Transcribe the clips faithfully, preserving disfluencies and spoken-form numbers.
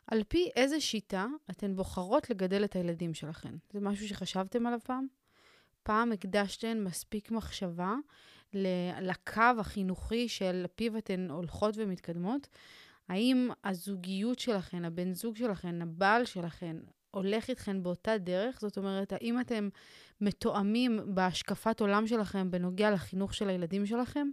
על פי איזה שיטה אתן בוחרות לגדל את הילדים שלכם? זה משהו שחשבתם עליו פעם? פעם הקדשתן מספיק מחשבה לקו החינוכי של פיו אתן הולכות ומתקדמות? האם הזוגיות שלכן, הבן זוג שלכן, הבעל שלכן, הולך איתכן באותה דרך? זאת אומרת, האם אתם מתואמים בהשקפת עולם שלכם בנוגע לחינוך של הילדים שלכם?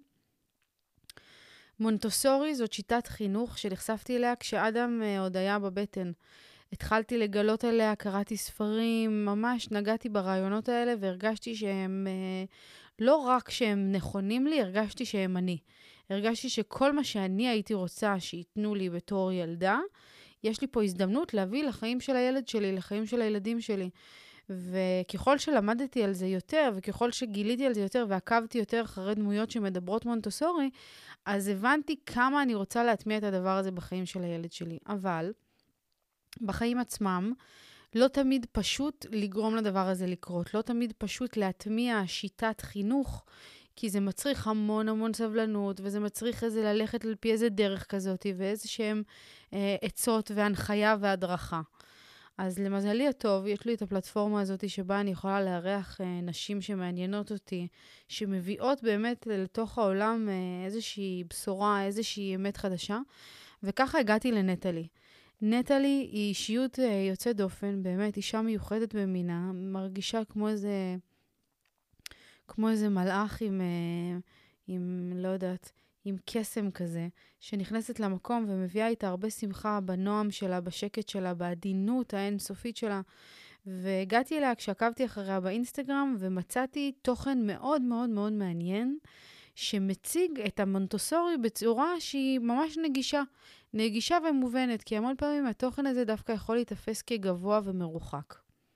מונטוסורי זאת שיטת חינוך שנחשפתי אליה כשאדם עוד היה בבטן. התחלתי לגלות עליה, קראתי ספרים, ממש נגעתי ברעיונות האלה והרגשתי שהם, לא רק שהם נכונים לי, הרגשתי שהם אני. הרגשתי שכל מה שאני הייתי רוצה שיתנו לי בתור ילדה, יש לי פה הזדמנות להביא לחיים של הילד שלי, לחיים של הילדים שלי. וככל שלמדתי על זה יותר, וככל שגיליתי על זה יותר, ועקבתי יותר אחרי דמויות שמדברות מונטוסורי, אז הבנתי כמה אני רוצה להטמיע את הדבר הזה בחיים של הילד שלי. אבל בחיים עצמם, לא תמיד פשוט לגרום לדבר הזה לקרות. לא תמיד פשוט להטמיע שיטת חינוך, כי זה מצריך המון המון סבלנות, וזה מצריך איזה ללכת על פי איזה דרך כזאת, ואיזה שהם אה, עצות והנחיה והדרכה. אז למזלי הטוב, יש לי את הפלטפורמה הזאת שבה אני יכולה לארח אה, נשים שמעניינות אותי, שמביאות באמת לתוך העולם אה, איזושהי בשורה, איזושהי אמת חדשה, וככה הגעתי לנטלי. נטלי היא אישיות אה, יוצאת דופן, באמת אישה מיוחדת במינה, מרגישה כמו איזה, כמו איזה מלאך עם, אה, עם, לא יודעת, עם קסם כזה, שנכנסת למקום ומביאה איתה הרבה שמחה בנועם שלה, בשקט שלה, בעדינות האינסופית שלה. והגעתי אליה כשעקבתי אחריה באינסטגרם, ומצאתי תוכן מאוד מאוד מאוד מעניין, שמציג את המונטוסורי בצורה שהיא ממש נגישה. נגישה ומובנת, כי המון פעמים התוכן הזה דווקא יכול להתאפס כגבוה ומרוחק.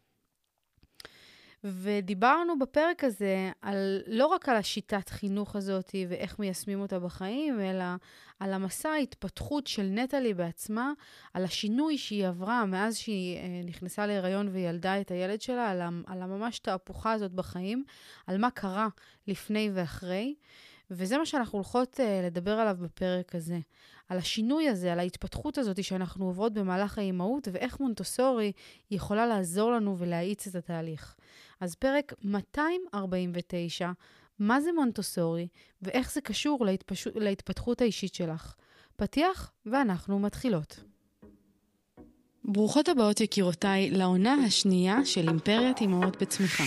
ודיברנו בפרק הזה על, לא רק על השיטת חינוך הזאת ואיך מיישמים אותה בחיים, אלא על המסע ההתפתחות של נטלי בעצמה, על השינוי שהיא עברה מאז שהיא אה, נכנסה להיריון וילדה את הילד שלה, על, על הממש תהפוכה הזאת בחיים, על מה קרה לפני ואחרי, וזה מה שאנחנו הולכות אה, לדבר עליו בפרק הזה. על השינוי הזה, על ההתפתחות הזאת שאנחנו עוברות במהלך האימהות, ואיך מונטוסורי יכולה לעזור לנו ולהאיץ את התהליך. אז פרק מאתיים ארבעים ותשע, מה זה מונטוסורי, ואיך זה קשור להתפש... להתפתחות האישית שלך. פתיח, ואנחנו מתחילות. ברוכות הבאות יקירותיי לעונה השנייה של אימפריית אימהות בצמיחה.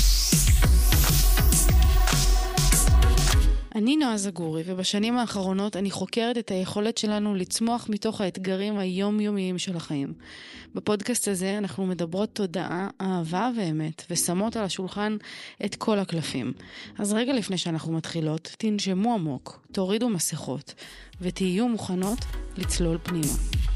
אני נועה זגורי, ובשנים האחרונות אני חוקרת את היכולת שלנו לצמוח מתוך האתגרים היומיומיים של החיים. בפודקאסט הזה אנחנו מדברות תודעה, אהבה ואמת, ושמות על השולחן את כל הקלפים. אז רגע לפני שאנחנו מתחילות, תנשמו עמוק, תורידו מסכות, ותהיו מוכנות לצלול פנימה.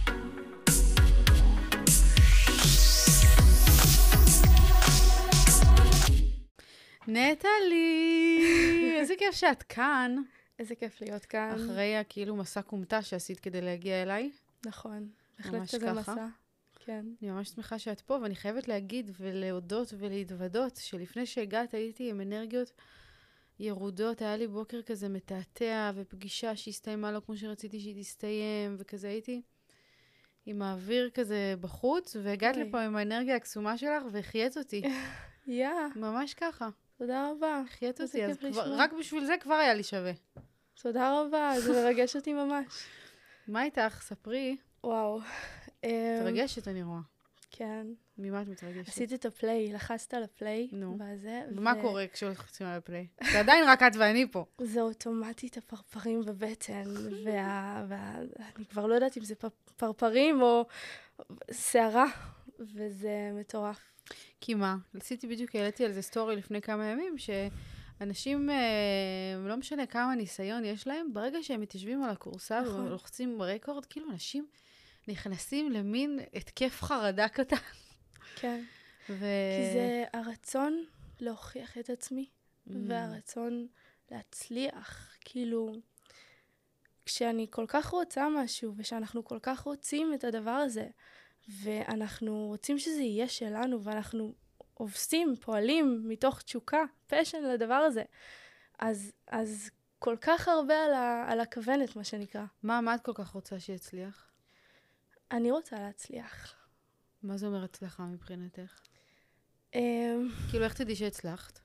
נטלי, איזה כיף שאת כאן. איזה כיף להיות כאן. אחרי כאילו מסע קומטה שעשית כדי להגיע אליי. נכון, בהחלט כזה מסע. כן. אני ממש שמחה שאת פה, ואני חייבת להגיד ולהודות ולהתוודות, שלפני שהגעת הייתי עם אנרגיות ירודות, היה לי בוקר כזה מתעתע, ופגישה שהסתיימה לא כמו שרציתי שהיא תסתיים, וכזה הייתי עם האוויר כזה בחוץ, והגעת לפה עם האנרגיה הקסומה שלך, והחיית אותי. יא. ממש ככה. תודה רבה. חיית אותי, אז רק בשביל זה כבר היה לי שווה. תודה רבה, זה מרגש אותי ממש. מה איתך? ספרי. וואו. מתרגשת אני רואה. כן. ממה את מתרגשת? עשית את הפליי, לחצת על הפליי. נו. וזה, ומה קורה כשלחצים על הפליי? זה עדיין רק את ואני פה. זה אוטומטית הפרפרים בבטן, ואני כבר לא יודעת אם זה פרפרים או שערה, וזה מטורף. כי מה? עשיתי בדיוק, העליתי על זה סטורי לפני כמה ימים, שאנשים, לא משנה כמה ניסיון יש להם, ברגע שהם מתיישבים על הקורסה ולוחצים רקורד, כאילו אנשים נכנסים למין התקף חרדה קטן. כן. כי זה הרצון להוכיח את עצמי, והרצון להצליח. כאילו, כשאני כל כך רוצה משהו, ושאנחנו כל כך רוצים את הדבר הזה, ואנחנו רוצים שזה יהיה שלנו, ואנחנו עובדים, פועלים מתוך תשוקה, פשן לדבר הזה. אז, אז כל כך הרבה על, ה, על הכוונת, מה שנקרא. מה, מה את כל כך רוצה שיצליח? אני רוצה להצליח. מה זה אומר הצלחה מבחינתך? אמ, כאילו, איך תדעי שהצלחת?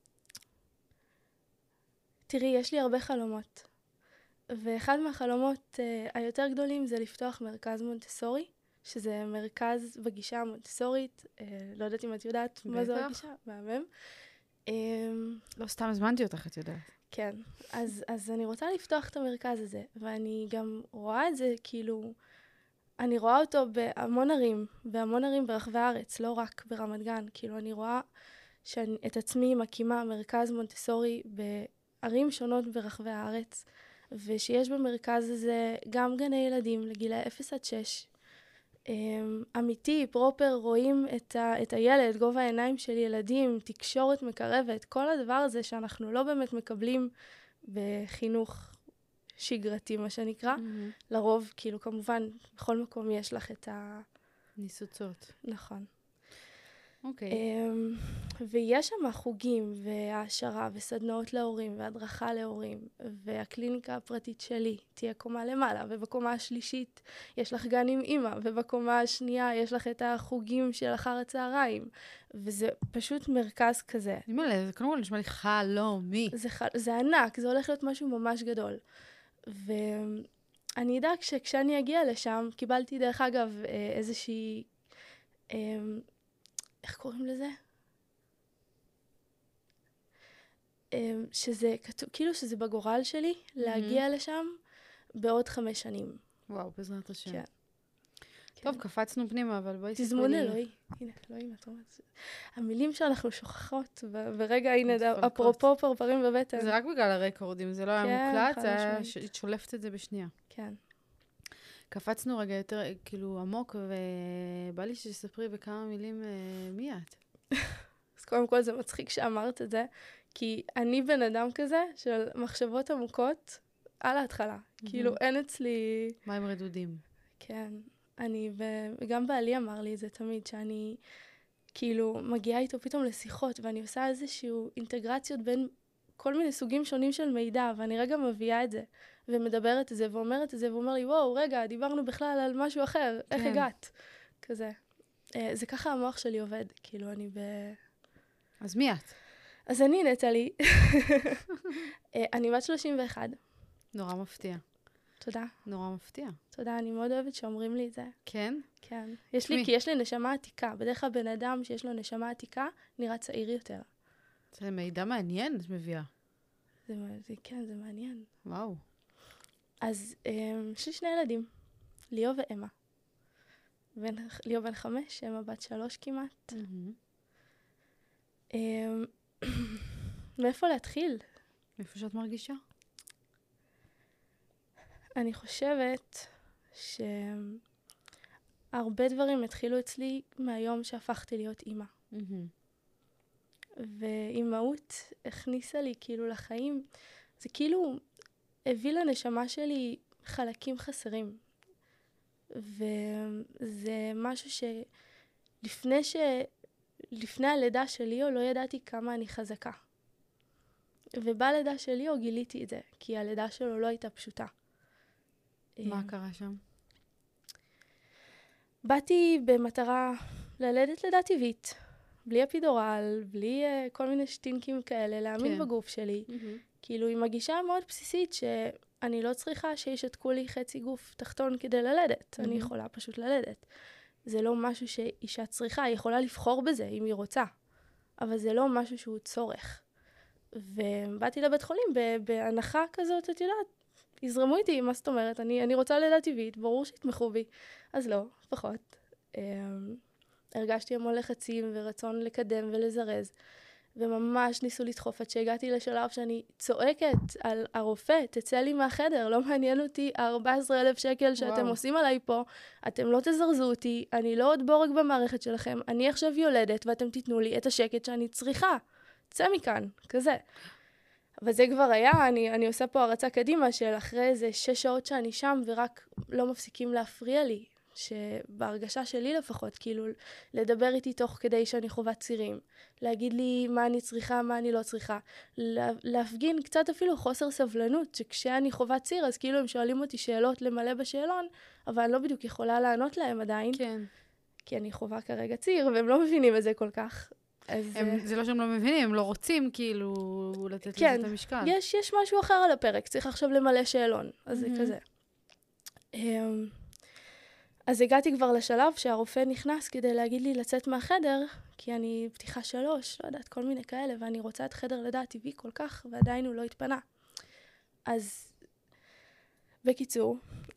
תראי, יש לי הרבה חלומות. ואחד מהחלומות uh, היותר גדולים זה לפתוח מרכז מונטסורי, שזה מרכז בגישה המונטסורית. Uh, לא יודעת אם את יודעת מה זו הגישה, מהמם. Um, לא סתם הזמנתי אותך, את יודעת. כן, אז, אז אני רוצה לפתוח את המרכז הזה, ואני גם רואה את זה כאילו, אני רואה אותו בהמון ערים, בהמון ערים ברחבי הארץ, לא רק ברמת גן. כאילו, אני רואה שאני, את עצמי מקימה מרכז מונטסורי בערים שונות ברחבי הארץ, ושיש במרכז הזה גם גני ילדים לגילי אפס עד שש. Um, אמיתי, פרופר, רואים את, ה, את הילד, גובה העיניים של ילדים, תקשורת מקרבת, כל הדבר הזה שאנחנו לא באמת מקבלים בחינוך שגרתי, מה שנקרא. Mm-hmm. לרוב, כאילו, כמובן, בכל מקום יש לך את ה... ניסוצות. נכון. אוקיי. Um, ויש שם חוגים והעשרה וסדנאות להורים והדרכה להורים, והקליניקה הפרטית שלי תהיה קומה למעלה, ובקומה השלישית יש לך גן עם אמא, ובקומה השנייה יש לך את החוגים של אחר הצהריים, וזה פשוט מרכז כזה. אני מלא, זה קודם כל נשמע לי חלומי. זה, ח... זה ענק, זה הולך להיות משהו ממש גדול. ואני אדע שכשאני אגיע לשם, קיבלתי דרך אגב איזושהי... איך קוראים לזה? שזה כתוב, כאילו שזה בגורל שלי, mm-hmm. להגיע לשם בעוד חמש שנים. וואו, בעזרת השם. כן. טוב, כן. קפצנו פנימה, אבל בואי ספרי. תזמון אלוהי. הנה, אלוהים, את אומרת. המילים שאנחנו שוכחות, ורגע, הנה, אפרופו פרפרים בבטן. זה רק בגלל הרקורדים, זה לא היה כן, מוקלט, זה היה, את שולפת את זה בשנייה. כן. קפצנו רגע יותר, כאילו, עמוק, ובא לי שתספרי בכמה מילים מי את. אז קודם כל זה מצחיק שאמרת את זה, כי אני בן אדם כזה של מחשבות עמוקות על ההתחלה. Mm-hmm. כאילו, אין אצלי... מים רדודים. כן. אני, וגם בעלי אמר לי את זה תמיד, שאני כאילו מגיעה איתו פתאום לשיחות, ואני עושה איזשהו אינטגרציות בין כל מיני סוגים שונים של מידע, ואני רגע מביאה את זה, ומדברת את זה, ואומרת את זה, ואומר לי, וואו, רגע, דיברנו בכלל על משהו אחר, איך כן. הגעת? כזה. זה ככה המוח שלי עובד, כאילו אני ב... אז מי את? אז אני נטלי. אני בת שלושים ואחת. נורא מפתיע. תודה. נורא מפתיע. תודה, אני מאוד אוהבת שאומרים לי את זה. כן? כן. יש לי, כי יש לי נשמה עתיקה. בדרך כלל בן אדם שיש לו נשמה עתיקה, נראה צעיר יותר. זה מידע מעניין, את מביאה. זה, זה, כן, זה מעניין. וואו. אז יש לי שני ילדים, ליאו ואמה. בן, ליאו בן חמש, אמה בת שלוש כמעט. Mm-hmm. מאיפה להתחיל? מאיפה שאת מרגישה? אני חושבת שהרבה דברים התחילו אצלי מהיום שהפכתי להיות אימא. Mm-hmm. ואימהות הכניסה לי כאילו לחיים, זה כאילו הביא לנשמה שלי חלקים חסרים. וזה משהו שלפני ש... לפני הלידה שלי או לא ידעתי כמה אני חזקה. ובלידה שלי או גיליתי את זה, כי הלידה שלו לא הייתה פשוטה. מה קרה שם? באתי במטרה ללדת לידה טבעית, בלי אפידורל, בלי uh, כל מיני שטינקים כאלה, להאמין כן. בגוף שלי. Mm-hmm. כאילו, עם הגישה מאוד בסיסית שאני לא צריכה שישתקו לי חצי גוף תחתון כדי ללדת. Mm-hmm. אני יכולה פשוט ללדת. זה לא משהו שאישה צריכה, היא יכולה לבחור בזה אם היא רוצה. אבל זה לא משהו שהוא צורך. ובאתי לבית חולים בהנחה כזאת, את יודעת, יזרמו איתי, מה זאת אומרת? אני, אני רוצה לידה טבעית, ברור שיתמכו בי. אז לא, פחות. הרגשתי המון לחצים ורצון לקדם ולזרז. וממש ניסו לדחוף עד שהגעתי לשלב שאני צועקת על הרופא, תצא לי מהחדר, לא מעניין אותי ארבעה עשר אלף שקל שאתם וואו. עושים עליי פה, אתם לא תזרזו אותי, אני לא עוד בורג במערכת שלכם, אני עכשיו יולדת ואתם תיתנו לי את השקט שאני צריכה. צא מכאן, כזה. אבל זה כבר היה, אני, אני עושה פה הרצה קדימה של אחרי איזה שש שעות שאני שם ורק לא מפסיקים להפריע לי, שבהרגשה שלי לפחות, כאילו, לדבר איתי תוך כדי שאני חווה צירים, להגיד לי מה אני צריכה, מה אני לא צריכה, לה, להפגין קצת אפילו חוסר סבלנות, שכשאני חווה ציר, אז כאילו הם שואלים אותי שאלות למלא בשאלון, אבל אני לא בדיוק יכולה לענות להם עדיין, כן. כי אני חווה כרגע ציר, והם לא מבינים את זה כל כך. אז, הם, זה לא שהם לא מבינים, הם לא רוצים כאילו לתת כן, לזה את המשקל. יש, יש משהו אחר על הפרק, צריך עכשיו למלא שאלון, אז Mm-hmm. זה כזה. אז הגעתי כבר לשלב שהרופא נכנס כדי להגיד לי לצאת מהחדר, כי אני פתיחה שלוש, לא יודעת, כל מיני כאלה, ואני רוצה את חדר לידה טבעי כל כך, ועדיין הוא לא התפנה. אז בקיצור,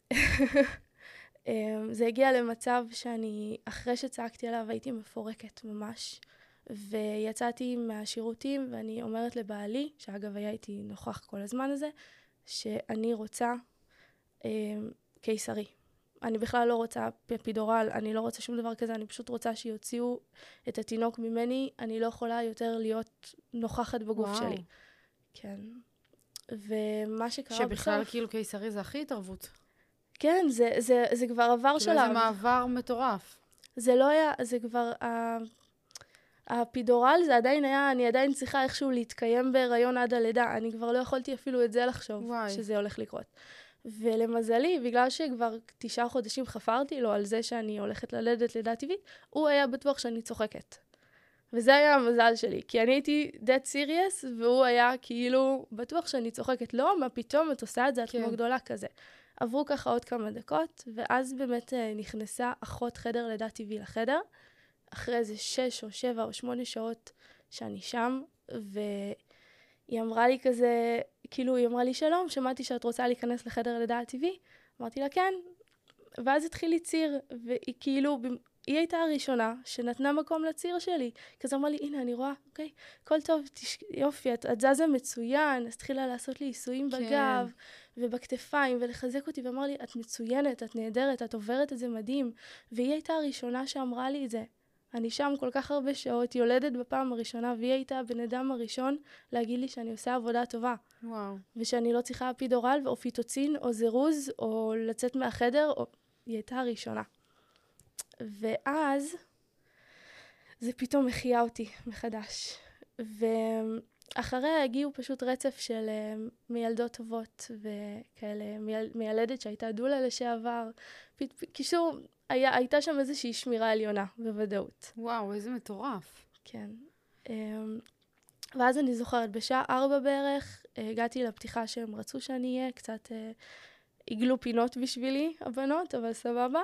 זה הגיע למצב שאני, אחרי שצעקתי עליו, הייתי מפורקת ממש, ויצאתי מהשירותים, ואני אומרת לבעלי, שאגב היה איתי נוכח כל הזמן הזה, שאני רוצה אה, קיסרי. אני בכלל לא רוצה אפידורל, אני לא רוצה שום דבר כזה, אני פשוט רוצה שיוציאו את התינוק ממני, אני לא יכולה יותר להיות נוכחת בגוף וואו. שלי. כן. ומה שקרה שבכלל בסוף... שבכלל כאילו קיסרי זה הכי התערבות. כן, זה, זה, זה כבר עבר שלב. כאילו זה מעבר מטורף. זה לא היה, זה כבר... האפידורל זה עדיין היה, אני עדיין צריכה איכשהו להתקיים בהיריון עד הלידה, אני כבר לא יכולתי אפילו את זה לחשוב, וואי. שזה הולך לקרות. ולמזלי, בגלל שכבר תשעה חודשים חפרתי לו על זה שאני הולכת ללדת לידה טבעית, הוא היה בטוח שאני צוחקת. וזה היה המזל שלי, כי אני הייתי dead serious, והוא היה כאילו בטוח שאני צוחקת. לא, מה פתאום את עושה את זה, את כמו גדולה כזה. עברו ככה עוד כמה דקות, ואז באמת נכנסה אחות חדר לידה טבעי לחדר, אחרי איזה שש או שבע או שמונה שעות שאני שם, והיא אמרה לי כזה, כאילו היא אמרה לי שלום, שמעתי שאת רוצה להיכנס לחדר לידה הטבעי, אמרתי לה כן, ואז התחיל לי ציר, והיא כאילו, היא הייתה הראשונה שנתנה מקום לציר שלי, כזה אמרה לי, הנה אני רואה, אוקיי, הכל טוב, תש... יופי, את, את זזה מצוין, אז התחילה לעשות לי עיסויים כן. בגב, ובכתפיים, ולחזק אותי, ואמר לי, את מצוינת, את נהדרת, את עוברת את זה מדהים, והיא הייתה הראשונה שאמרה לי את זה. אני שם כל כך הרבה שעות, יולדת בפעם הראשונה, והיא הייתה הבן אדם הראשון להגיד לי שאני עושה עבודה טובה. וואו. ושאני לא צריכה אפידורל, או פיטוצין, או זירוז, או לצאת מהחדר, או... היא הייתה הראשונה. ואז, זה פתאום החיה אותי מחדש. ואחריה הגיעו פשוט רצף של uh, מילדות טובות, וכאלה, מיל... מיילדת שהייתה דולה לשעבר. פ... קישור... היה, הייתה שם איזושהי שמירה עליונה, בוודאות. וואו, איזה מטורף. כן. ואז אני זוכרת, בשעה ארבע בערך, הגעתי לפתיחה שהם רצו שאני אהיה, קצת עיגלו פינות בשבילי, הבנות, אבל סבבה.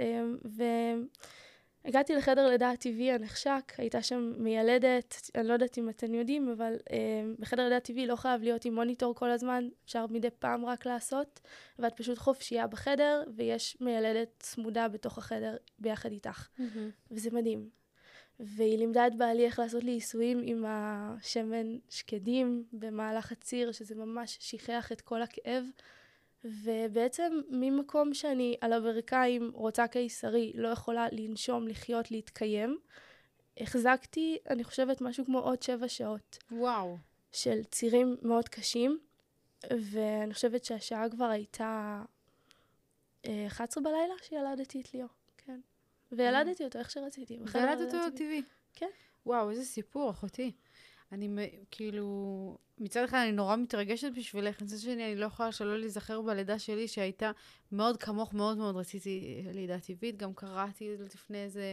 והגעתי לחדר לידה הטבעי הנחשק, הייתה שם מיילדת, אני לא יודעת אם אתם יודעים, אבל בחדר לידה הטבעי לא חייב להיות עם מוניטור כל הזמן, אפשר מדי פעם רק לעשות, ואת פשוט חופשייה בחדר, ויש מיילדת צמודה בתוך החדר ביחד איתך. Mm-hmm. וזה מדהים. והיא לימדה את בעלי איך לעשות לי עיסויים עם השמן שקדים במהלך הציר, שזה ממש שיחח את כל הכאב. ובעצם ממקום שאני על הברכיים רוצה קיסרי, לא יכולה לנשום, לחיות, להתקיים, החזקתי, אני חושבת, משהו כמו עוד שבע שעות. וואו. של צירים מאוד קשים, ואני חושבת שהשעה כבר הייתה אחת עשרה בלילה שילדתי את ליאו, כן. וילדתי אותו איך שרציתי. וילדתי אותו טבעי. כן. וואו, איזה סיפור, אחותי. אני כאילו, מצד אחד אני נורא מתרגשת בשבילך, מצד שני אני לא יכולה שלא להיזכר בלידה שלי שהייתה מאוד כמוך, מאוד מאוד רציתי לידה טבעית, גם קראתי לפני זה,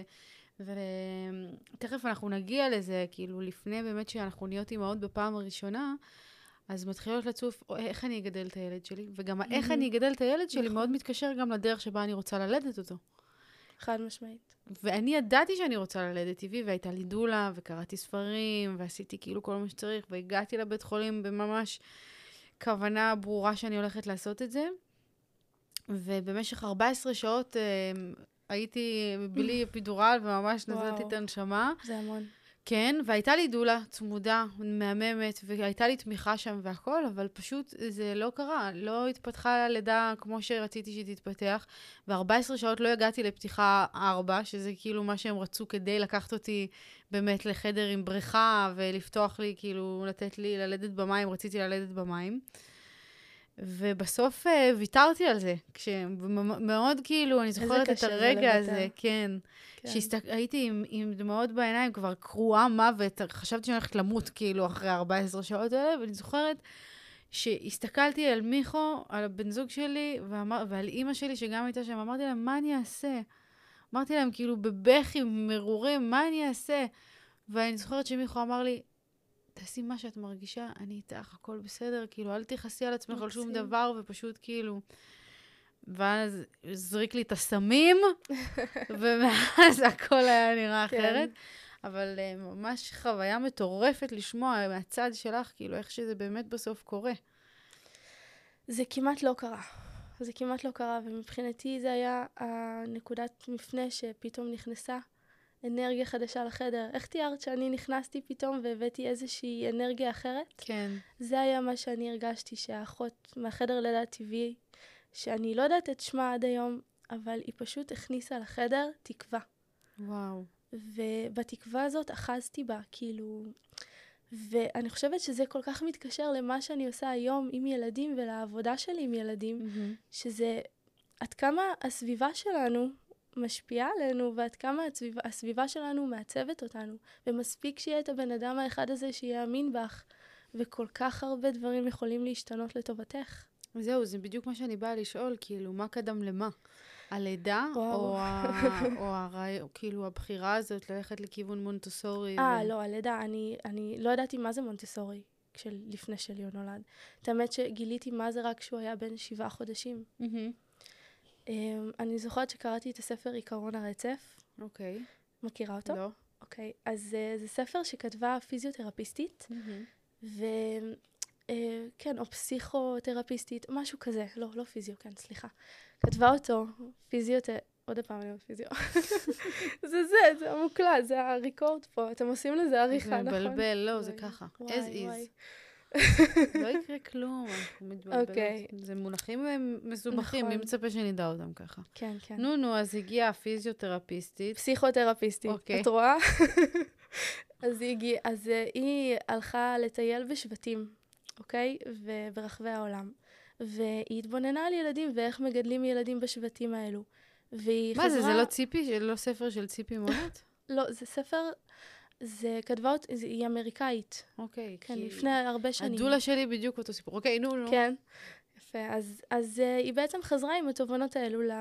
ותכף אנחנו נגיע לזה, כאילו לפני באמת שאנחנו נהיות אימהות בפעם הראשונה, אז מתחילות לצוף איך אני אגדל את הילד שלי, וגם איך אני אגדל את הילד שלי מאוד מתקשר גם לדרך שבה אני רוצה ללדת אותו. חד משמעית. ואני ידעתי שאני רוצה ללדת טבעי, והייתה לי דולה, וקראתי ספרים, ועשיתי כאילו כל מה שצריך, והגעתי לבית חולים בממש כוונה ברורה שאני הולכת לעשות את זה. ובמשך ארבע עשרה שעות אה, הייתי בלי אפידורל, וממש נתתי את הנשמה. זה המון. כן, והייתה לי דולה צמודה, מהממת, והייתה לי תמיכה שם והכל, אבל פשוט זה לא קרה, לא התפתחה לידה כמו שרציתי שהיא תתפתח, ו-ארבע עשרה שעות לא הגעתי לפתיחה ארבע, שזה כאילו מה שהם רצו כדי לקחת אותי באמת לחדר עם בריכה, ולפתוח לי, כאילו, לתת לי ללדת במים, רציתי ללדת במים. ובסוף אה, ויתרתי על זה, כשמאוד כאילו, אני זוכרת את הרגע הזה, כן, כן. שהייתי עם, עם דמעות בעיניים, כבר קרועה מוות, חשבתי שאני הולכת למות, כאילו, אחרי ארבע עשרה שעות האלה, ואני זוכרת שהסתכלתי על מיכו, על הבן זוג שלי, ואמר, ועל אמא שלי, שגם הייתה שם, אמרתי להם, מה אני אעשה? אמרתי להם, כאילו, בבכי, מרורים, מה אני אעשה? ואני זוכרת שמיכו אמר לי, תעשי מה שאת מרגישה, אני איתך, הכל בסדר, כאילו, אל תכעסי על עצמך על שום דבר, ופשוט כאילו, ואז זריק לי את הסמים, ומאז הכל היה נראה אחרת. אבל uh, ממש חוויה מטורפת לשמוע מהצד שלך, כאילו, איך שזה באמת בסוף קורה. זה כמעט לא קרה. זה כמעט לא קרה, ומבחינתי זה היה הנקודת מפנה שפתאום נכנסה אנרגיה חדשה לחדר. איך תיארת שאני נכנסתי פתאום והבאתי איזושהי אנרגיה אחרת? כן. זה היה מה שאני הרגשתי, שהאחות מהחדר לידה טבעי, שאני לא יודעת את שמה עד היום, אבל היא פשוט הכניסה לחדר תקווה. וואו. ובתקווה הזאת אחזתי בה, כאילו, ואני חושבת שזה כל כך מתקשר למה שאני עושה היום עם ילדים ולעבודה שלי עם ילדים, mm-hmm. שזה עד כמה הסביבה שלנו משפיעה עלינו, ועד כמה הסביבה, הסביבה שלנו מעצבת אותנו, ומספיק שיהיה את הבן אדם האחד הזה שיאמין בך, וכל כך הרבה דברים יכולים להשתנות לטובתך. זהו, זה בדיוק מה שאני באה לשאול, כאילו, מה קדם למה? הלידה, או, ה... או הרי... כאילו הבחירה הזאת ללכת לכיוון מונטסורי? אה, ו... לא, הלידה, אני, אני לא ידעתי מה זה מונטסורי כשל... לפני שליו נולד. את האמת שגיליתי מה זה רק כשהוא היה בן שבעה חודשים. Mm-hmm. Um, אני זוכרת שקראתי את הספר עיקרון הרצף. אוקיי. Okay. מכירה אותו? לא. אוקיי, okay. אז uh, זה ספר שכתבה פיזיותרפיסטית, mm-hmm. ו... Uh, כן, או פסיכותרפיסטית, משהו כזה. לא, לא פיזיו, כן, סליחה. כתבה אותו, פיזיות... עוד הפעם אני אומרת פיזיו. זה זה, זה המוקלט, זה הריקורד פה. אתם עושים לזה עריכה, נכון? זה מבלבל, לא, זה ככה. as is. לא יקרה כלום, אנחנו מתבלבלות. זה מונחים מסובכים, מי מצפה שנדע אותם ככה. כן, כן. נו, נו, אז הגיעה הפיזיותרפיסטית. פסיכותרפיסטית, את רואה? אז היא הלכה לטייל בשבטים. אוקיי? וברחבי העולם. והיא התבוננה על ילדים ואיך מגדלים ילדים בשבטים האלו. והיא מה חזרה... זה, זה לא ציפי? זה לא ספר של ציפי מונות? לא, זה ספר, זה כתבה, היא אמריקאית. אוקיי. כן, כי... לפני הרבה שנים. הדולה שלי בדיוק אותו סיפור. אוקיי, נו, נו. כן, יפה. אז, אז uh, היא בעצם חזרה עם התובנות האלו ל...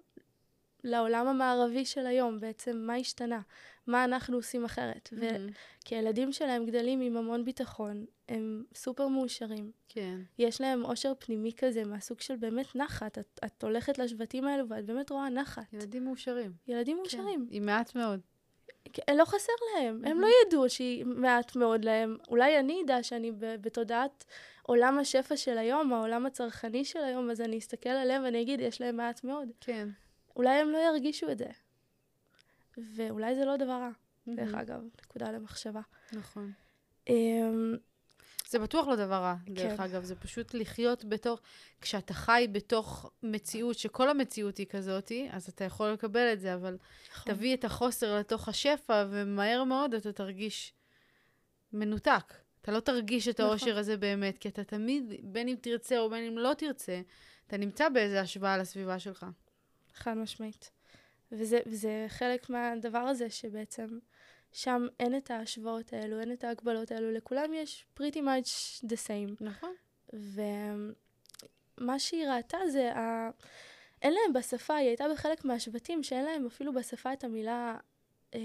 לעולם המערבי של היום, בעצם מה השתנה, מה אנחנו עושים אחרת. Mm-hmm. וכי הילדים שלהם גדלים עם המון ביטחון, הם סופר מאושרים. כן. יש להם אושר פנימי כזה, מהסוג של באמת נחת. את, את הולכת לשבטים האלו ואת באמת רואה נחת. ילדים מאושרים. ילדים מאושרים. כן, היא מעט מאוד. לא חסר להם, mm-hmm. הם לא ידעו שהיא מעט מאוד להם. אולי אני אדע שאני בתודעת עולם השפע של היום, העולם הצרכני של היום, אז אני אסתכל עליהם ואני אגיד, יש להם מעט מאוד. כן. אולי הם לא ירגישו את זה. ואולי זה לא דבר רע. Mm-hmm. דרך אגב, נקודה למחשבה. נכון. Um, זה בטוח לא דבר רע, דרך כן. אגב. זה פשוט לחיות בתוך, כשאתה חי בתוך מציאות, שכל המציאות היא כזאת, אז אתה יכול לקבל את זה, אבל נכון. תביא את החוסר לתוך השפע, ומהר מאוד אתה תרגיש מנותק. אתה לא תרגיש את האושר נכון. הזה באמת, כי אתה תמיד, בין אם תרצה או בין אם לא תרצה, אתה נמצא באיזו השוואה לסביבה שלך. חד משמעית. וזה, וזה חלק מהדבר הזה שבעצם שם אין את ההשוואות האלו, אין את ההגבלות האלו, לכולם יש pretty much the same. נכון. ומה שהיא ראתה זה, ה... אין להם בשפה, היא הייתה בחלק מהשבטים שאין להם אפילו בשפה את המילה אה,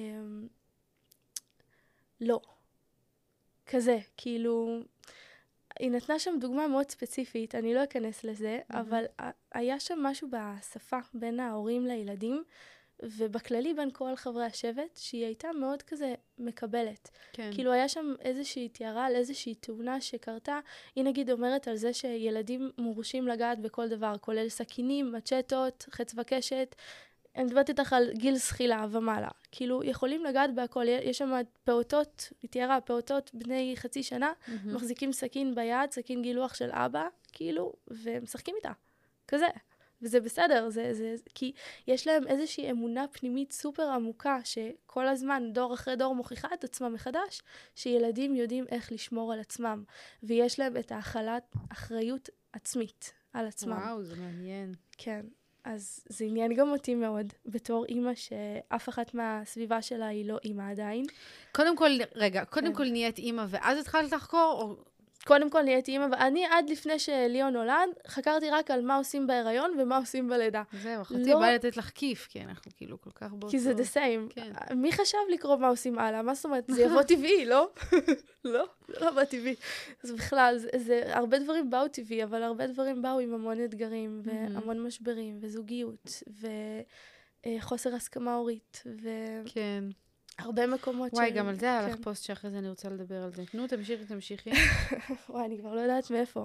לא. כזה, כאילו, היא נתנה שם דוגמה מאוד ספציפית, אני לא אכנס לזה, mm-hmm. אבל היה שם משהו בשפה בין ההורים לילדים, ובכללי בין כל חברי השבט, שהיא הייתה מאוד כזה מקבלת. כן. כאילו היה שם איזושהי תיארה על איזושהי תאונה שקרתה, היא נגיד אומרת על זה שילדים מורשים לגעת בכל דבר, כולל סכינים, מצ'טות, חץ וקשת, אני מדברת איתך על גיל שחילה ומעלה. כאילו, יכולים לגעת בהכל. יש שם פעוטות, היא תיארה, פעוטות בני חצי שנה, mm-hmm. מחזיקים סכין ביד, סכין גילוח של אבא, כאילו, ומשחקים איתה. כזה. וזה בסדר, זה, זה, כי יש להם איזושהי אמונה פנימית סופר עמוקה, שכל הזמן, דור אחרי דור, מוכיחה את עצמם מחדש, שילדים יודעים איך לשמור על עצמם. ויש להם את האכלת אחריות עצמית, על עצמם. וואו, זה מעניין. כן. אז זה עניין גם אותי מאוד, בתור אימא שאף אחת מהסביבה שלה היא לא אימא עדיין. קודם כל, רגע, קודם כל נהיית אימא, ואז התחלת לחקור, או... קודם כל נהייתי אימא, ואני עד לפני שליאו נולד, חקרתי רק על מה עושים בהיריון ומה עושים בלידה. זהו, חצי בא לתת לך כיף, כי אנחנו כאילו כל כך באותו... כי זה the same. מי חשב לקרוא מה עושים הלאה? מה זאת אומרת? זה יבוא טבעי, לא? לא, זה לא בא טבעי. אז בכלל, הרבה דברים באו טבעי, אבל הרבה דברים באו עם המון אתגרים, והמון משברים, וזוגיות, וחוסר הסכמה הורית, ו... כן. הרבה מקומות וואי, גם על זה היה לך פוסט שאחרי זה אני רוצה לדבר על זה. נו, תמשיכי, תמשיכי. וואי, אני כבר לא יודעת מאיפה.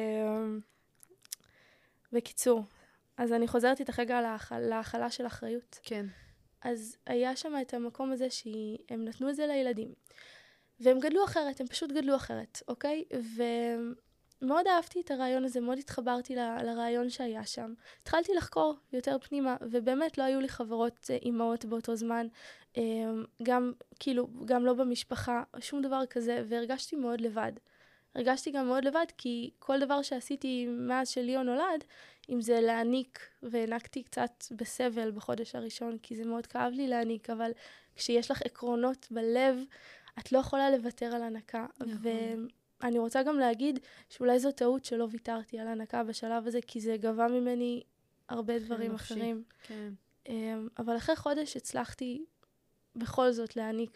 בקיצור, אז אני חוזרת איתך רגע להאכלה של אחריות. כן. אז היה שם את המקום הזה שהם נתנו את זה לילדים. והם גדלו אחרת, הם פשוט גדלו אחרת, אוקיי? ומאוד אהבתי את הרעיון הזה, מאוד התחברתי ל- לרעיון שהיה שם. התחלתי לחקור יותר פנימה, ובאמת לא היו לי חברות אימהות באותו זמן, גם, כאילו, גם לא במשפחה, שום דבר כזה, והרגשתי מאוד לבד. הרגשתי גם מאוד לבד, כי כל דבר שעשיתי מאז שליאו נולד, אם זה להעניק, והענקתי קצת בסבל בחודש הראשון, כי זה מאוד כאב לי להעניק, אבל כשיש לך עקרונות בלב, את לא יכולה לוותר על הנקה. ואני רוצה גם להגיד שאולי זו טעות שלא ויתרתי על הנקה בשלב הזה, כי זה גבה ממני הרבה דברים אחרים. כן. אבל אחרי חודש הצלחתי בכל זאת להעניק,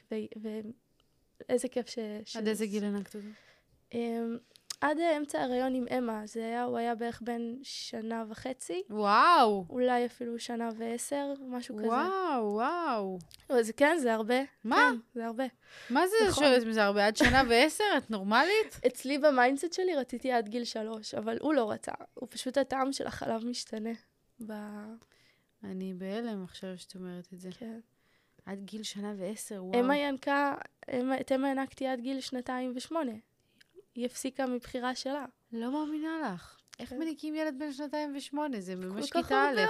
ואיזה כיף ש... עד איזה גיל הענקת את זה? עד אמצע ההיריון עם אמא, זה היה, הוא היה בערך בין שנה וחצי. וואו. אולי אפילו שנה ועשר, משהו כזה. וואו, וואו. זה כן, זה הרבה. מה? כן, זה הרבה. מה זה שואלת מזה הרבה? עד שנה ועשר? את נורמלית? אצלי במיינדסט שלי רציתי עד גיל שלוש, אבל הוא לא רצה. הוא פשוט הטעם של החלב משתנה. ב... אני בהלם עכשיו שאת אומרת את זה. כן. עד גיל שנה ועשר, וואו. אמא ינקה, את אמא ינקתי עד גיל שנתיים ושמונה. היא הפסיקה מבחירה שלה. לא מאמינה לך. איך מניקים ילד בן שנתיים ושמונה? זה ממש כיתה א'. כל כך הרבה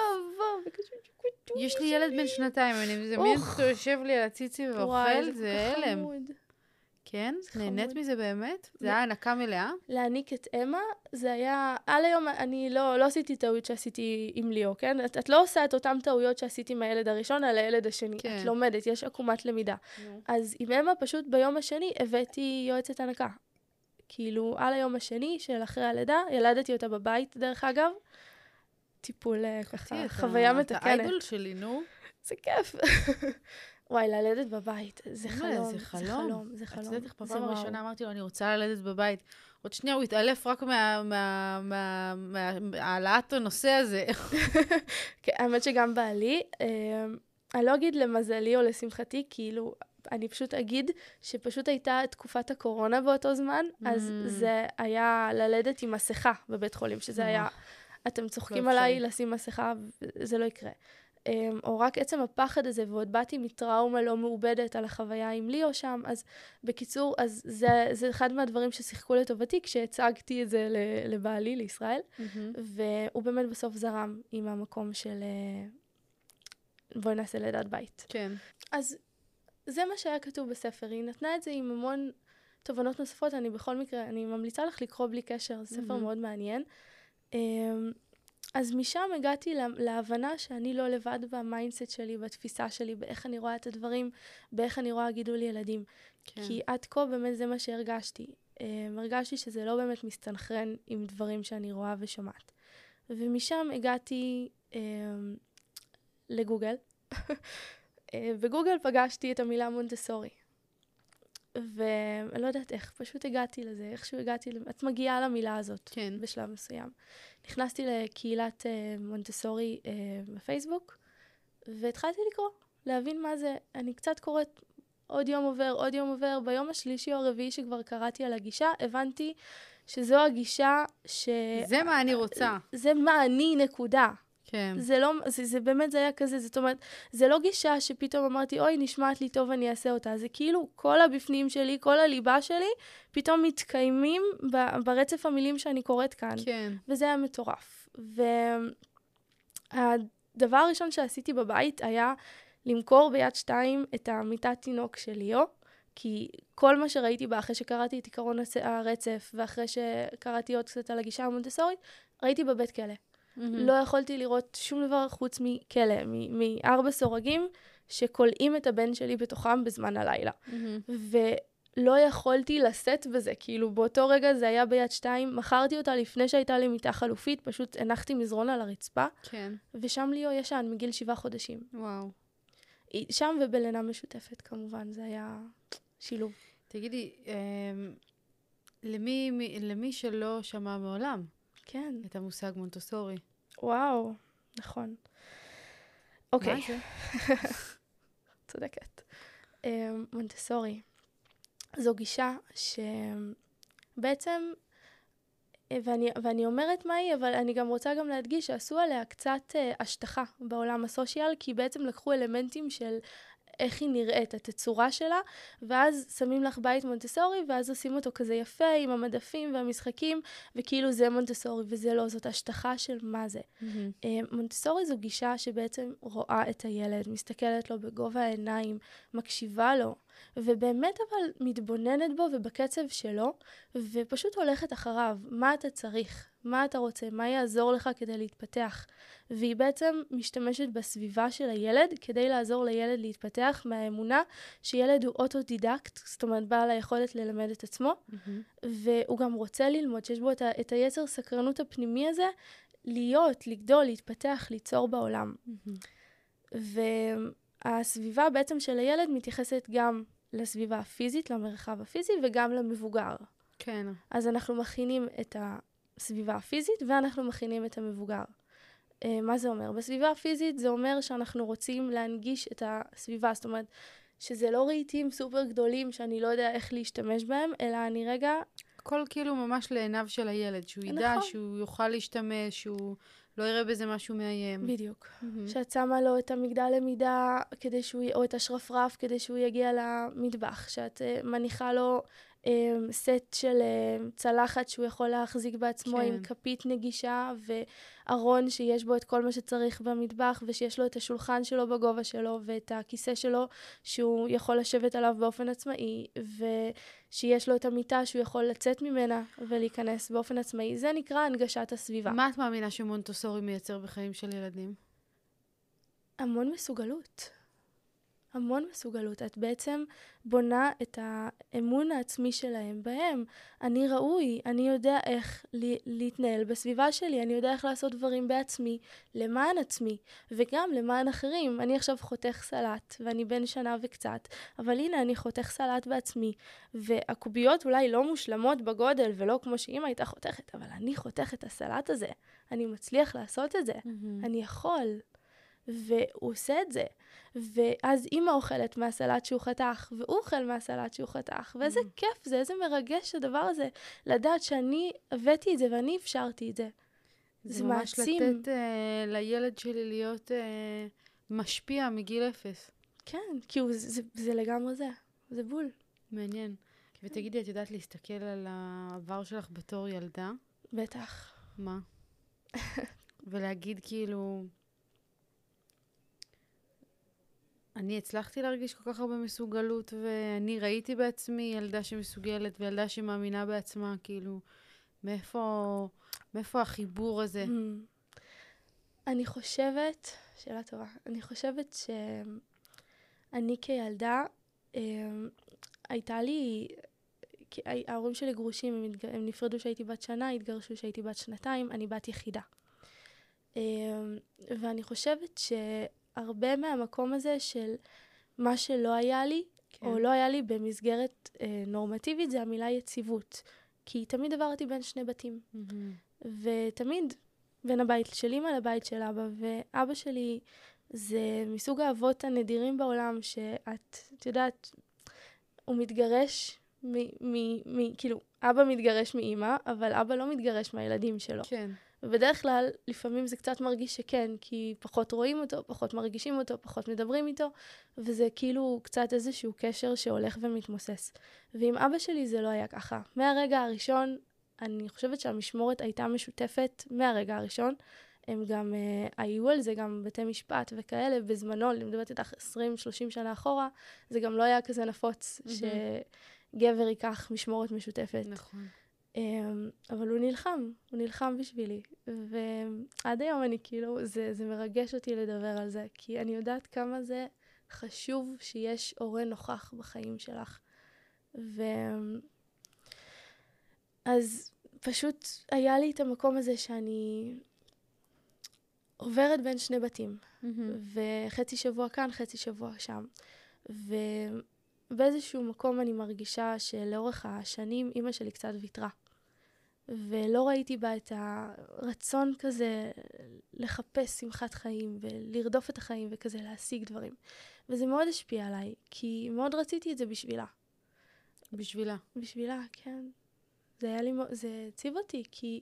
יש לי ילד בן שנתיים, אני מזמין אותו יושב לי על הציצי ואוכל, זה הלם. כן? נהנית מזה באמת? זה היה הנקה מלאה? להעניק את אמא, זה היה... על היום אני לא, לא עשיתי טעויות שעשיתי עם ליאו, כן? את, את לא עושה את אותם טעויות שעשיתי עם הילד הראשון על הילד השני. כן. את לומדת, יש עקומת למידה. נו. אז עם אמא פשוט ביום השני הבאתי יועצת הנקה. כאילו, על היום השני של אחרי הלידה, ילדתי אותה בבית, דרך אגב. טיפול ככה, חוויה מתקנת. את האיידול שלי, נו. זה כיף. וואי, ללדת בבית, זה חלום. זה חלום. זה חלום. את יודעת איך בפעם הראשונה אמרתי לו, אני רוצה ללדת בבית. עוד שנייה הוא התעלף רק מהעלאת הנושא הזה. האמת שגם בעלי, אני לא אגיד למזלי או לשמחתי, כאילו, אני פשוט אגיד שפשוט הייתה תקופת הקורונה באותו זמן, אז זה היה ללדת עם מסכה בבית חולים, שזה היה, אתם צוחקים עליי לשים מסכה, זה לא יקרה. או רק עצם הפחד הזה, ועוד באתי מטראומה לא מעובדת על החוויה עם ליאו שם, אז בקיצור, אז זה, זה אחד מהדברים ששיחקו לטובתי, כשהצגתי את זה לבעלי, לישראל, והוא באמת בסוף זרם עם המקום של בואי נעשה לידת בית. כן. אז זה מה שהיה כתוב בספר, היא נתנה את זה עם המון תובנות נוספות, אני בכל מקרה, אני ממליצה לך לקרוא בלי קשר, זה ספר מאוד מעניין. אז משם הגעתי להבנה שאני לא לבד במיינדסט שלי, בתפיסה שלי, באיך אני רואה את הדברים, באיך אני רואה גידול ילדים. כן. כי עד כה באמת זה מה שהרגשתי. הרגשתי שזה לא באמת מסתנכרן עם דברים שאני רואה ושומעת. ומשם הגעתי לגוגל. בגוגל פגשתי את המילה מונטסורי. ואני לא יודעת איך, פשוט הגעתי לזה, איכשהו הגעתי, את מגיעה למילה הזאת, כן. בשלב מסוים. נכנסתי לקהילת uh, מונטסורי uh, בפייסבוק, והתחלתי לקרוא, להבין מה זה. אני קצת קוראת עוד יום עובר, עוד יום עובר. ביום השלישי או הרביעי שכבר קראתי על הגישה, הבנתי שזו הגישה ש... זה מה אני רוצה. זה מה אני, נקודה. כן. זה לא, זה, זה באמת זה היה כזה, זאת אומרת, זה לא גישה שפתאום אמרתי, אוי, נשמעת לי טוב, אני אעשה אותה. זה כאילו כל הבפנים שלי, כל הליבה שלי, פתאום מתקיימים ב, ברצף המילים שאני קוראת כאן. כן. וזה היה מטורף. והדבר הראשון שעשיתי בבית היה למכור ביד שתיים את המיטת תינוק של ליאו, כי כל מה שראיתי בה, אחרי שקראתי את עיקרון הרצף, ואחרי שקראתי עוד קצת על הגישה המונטסורית, ראיתי בבית כלא. Mm-hmm. לא יכולתי לראות שום דבר חוץ מכלא, מארבע סורגים שקולעים את הבן שלי בתוכם בזמן הלילה. Mm-hmm. ולא יכולתי לשאת בזה, כאילו באותו רגע זה היה ביד שתיים, מכרתי אותה לפני שהייתה לי מיטה חלופית, פשוט הנחתי מזרון על הרצפה, כן. ושם ליאו ישן מגיל שבעה חודשים. וואו. שם ובלינה משותפת כמובן, זה היה שילוב. תגידי, למי, למי שלא שמע מעולם? כן. את המושג מונטסורי. וואו, נכון. אוקיי. מה זה? צודקת. מונטסורי. זו גישה שבעצם, ואני, ואני אומרת מה היא, אבל אני גם רוצה גם להדגיש שעשו עליה קצת השטחה בעולם הסושיאל, כי בעצם לקחו אלמנטים של איך היא נראית, את הצורה שלה, ואז שמים לך בית מונטסורי, ואז עושים אותו כזה יפה, עם המדפים והמשחקים, וכאילו זה מונטסורי, וזה לא, זאת השטחה של מה זה. Mm-hmm. מונטסורי זו גישה שבעצם רואה את הילד, מסתכלת לו בגובה העיניים, מקשיבה לו, ובאמת אבל מתבוננת בו ובקצב שלו, ופשוט הולכת אחריו. מה אתה צריך? מה אתה רוצה? מה יעזור לך כדי להתפתח? והיא בעצם משתמשת בסביבה של הילד כדי לעזור לילד להתפתח מהאמונה שילד הוא אוטודידקט, זאת אומרת בעל היכולת ללמד את עצמו, mm-hmm. והוא גם רוצה ללמוד, שיש בו את, ה- את היצר סקרנות הפנימי הזה, להיות, לגדול, להתפתח, ליצור בעולם. Mm-hmm. והסביבה בעצם של הילד מתייחסת גם לסביבה הפיזית, למרחב הפיזי, וגם למבוגר. כן. אז אנחנו מכינים את הסביבה הפיזית, ואנחנו מכינים את המבוגר. Uh, מה זה אומר? בסביבה הפיזית זה אומר שאנחנו רוצים להנגיש את הסביבה, זאת אומרת, שזה לא רהיטים סופר גדולים שאני לא יודע איך להשתמש בהם, אלא אני רגע... הכל כאילו ממש לעיניו של הילד, שהוא ידע, נכון. שהוא יוכל להשתמש, שהוא לא יראה בזה משהו מאיים. בדיוק. Mm-hmm. שאת שמה לו את המגדל למידה, כדי שהוא, או את השרפרף, כדי שהוא יגיע למטבח, שאת uh, מניחה לו um, סט של uh, צלחת שהוא יכול להחזיק בעצמו, כן. עם כפית נגישה, וארון שיש בו את כל מה שצריך במטבח, ושיש לו את השולחן שלו בגובה שלו, ואת הכיסא שלו שהוא יכול לשבת עליו באופן עצמאי, ושיש לו את המיטה שהוא יכול לצאת ממנה ולהיכנס באופן עצמאי. זה נקרא הנגשת הסביבה. מה את מאמינה שמונטסורי מייצר בחיים של ילדים? המון מסוגלות. המון מסוגלות. את בעצם בונה את האמון העצמי שלהם בהם. אני ראוי, אני יודע איך להתנהל בסביבה שלי, אני יודע איך לעשות דברים בעצמי, למען עצמי, וגם למען אחרים. אני עכשיו חותך סלט, ואני בן שנה וקצת, אבל הנה אני חותך סלט בעצמי, והקוביות אולי לא מושלמות בגודל, ולא כמו שאמא הייתה חותכת, אבל אני חותך את הסלט הזה. אני מצליח לעשות את זה. Mm-hmm. אני יכול. והוא עושה את זה. ואז אמא אוכלת מהסלט שהוא חתך, והוא אוכל מהסלט שהוא חתך, ואיזה mm. כיף זה, איזה מרגש הדבר הזה, לדעת שאני הבאתי את זה ואני אפשרתי את זה. זה, זה ממש מעצים. לתת uh, לילד שלי להיות uh, משפיע מגיל אפס. כן, כי הוא, זה, זה, זה לגמרי זה, זה בול. מעניין. כן. ותגידי, את יודעת להסתכל על העבר שלך בתור ילדה? בטח. מה? ולהגיד כאילו... אני הצלחתי להרגיש כל כך הרבה מסוגלות, ואני ראיתי בעצמי ילדה שמסוגלת, וילדה שמאמינה בעצמה, כאילו, מאיפה, מאיפה החיבור הזה? Mm. אני חושבת, שאלה טובה, אני חושבת שאני כילדה, הייתה לי, ההורים שלי גרושים, הם, התג... הם נפרדו שהייתי בת שנה, התגרשו שהייתי בת שנתיים, אני בת יחידה. ואני חושבת ש... הרבה מהמקום הזה של מה שלא היה לי, כן. או לא היה לי במסגרת אה, נורמטיבית, זה המילה יציבות. כי תמיד עברתי בין שני בתים. Mm-hmm. ותמיד בין הבית של אמא לבית של אבא. ואבא שלי זה מסוג האבות הנדירים בעולם, שאת, את יודעת, הוא מתגרש, מ, מ, מ, כאילו, אבא מתגרש מאמא, אבל אבא לא מתגרש מהילדים שלו. כן. ובדרך כלל, לפעמים זה קצת מרגיש שכן, כי פחות רואים אותו, פחות מרגישים אותו, פחות מדברים איתו, וזה כאילו קצת איזשהו קשר שהולך ומתמוסס. ועם אבא שלי זה לא היה ככה. מהרגע הראשון, אני חושבת שהמשמורת הייתה משותפת מהרגע הראשון. הם גם, uh, היו על זה גם בתי משפט וכאלה, בזמנו, אני מדברת איתך עשרים שלושים שנה אחורה, זה גם לא היה כזה נפוץ, mm-hmm. שגבר ייקח משמורת משותפת. נכון. Um, אבל הוא נלחם, הוא נלחם בשבילי, ועד היום אני כאילו, זה, זה מרגש אותי לדבר על זה, כי אני יודעת כמה זה חשוב שיש הורה נוכח בחיים שלך. ו... אז פשוט היה לי את המקום הזה שאני עוברת בין שני בתים, mm-hmm. וחצי שבוע כאן, חצי שבוע שם. ובאיזשהו מקום אני מרגישה שלאורך השנים אמא שלי קצת ויתרה. ולא ראיתי בה את הרצון כזה לחפש שמחת חיים ולרדוף את החיים וכזה להשיג דברים. וזה מאוד השפיע עליי, כי מאוד רציתי את זה בשבילה. בשבילה? בשבילה, כן. זה היה לי, זה הציב אותי, כי,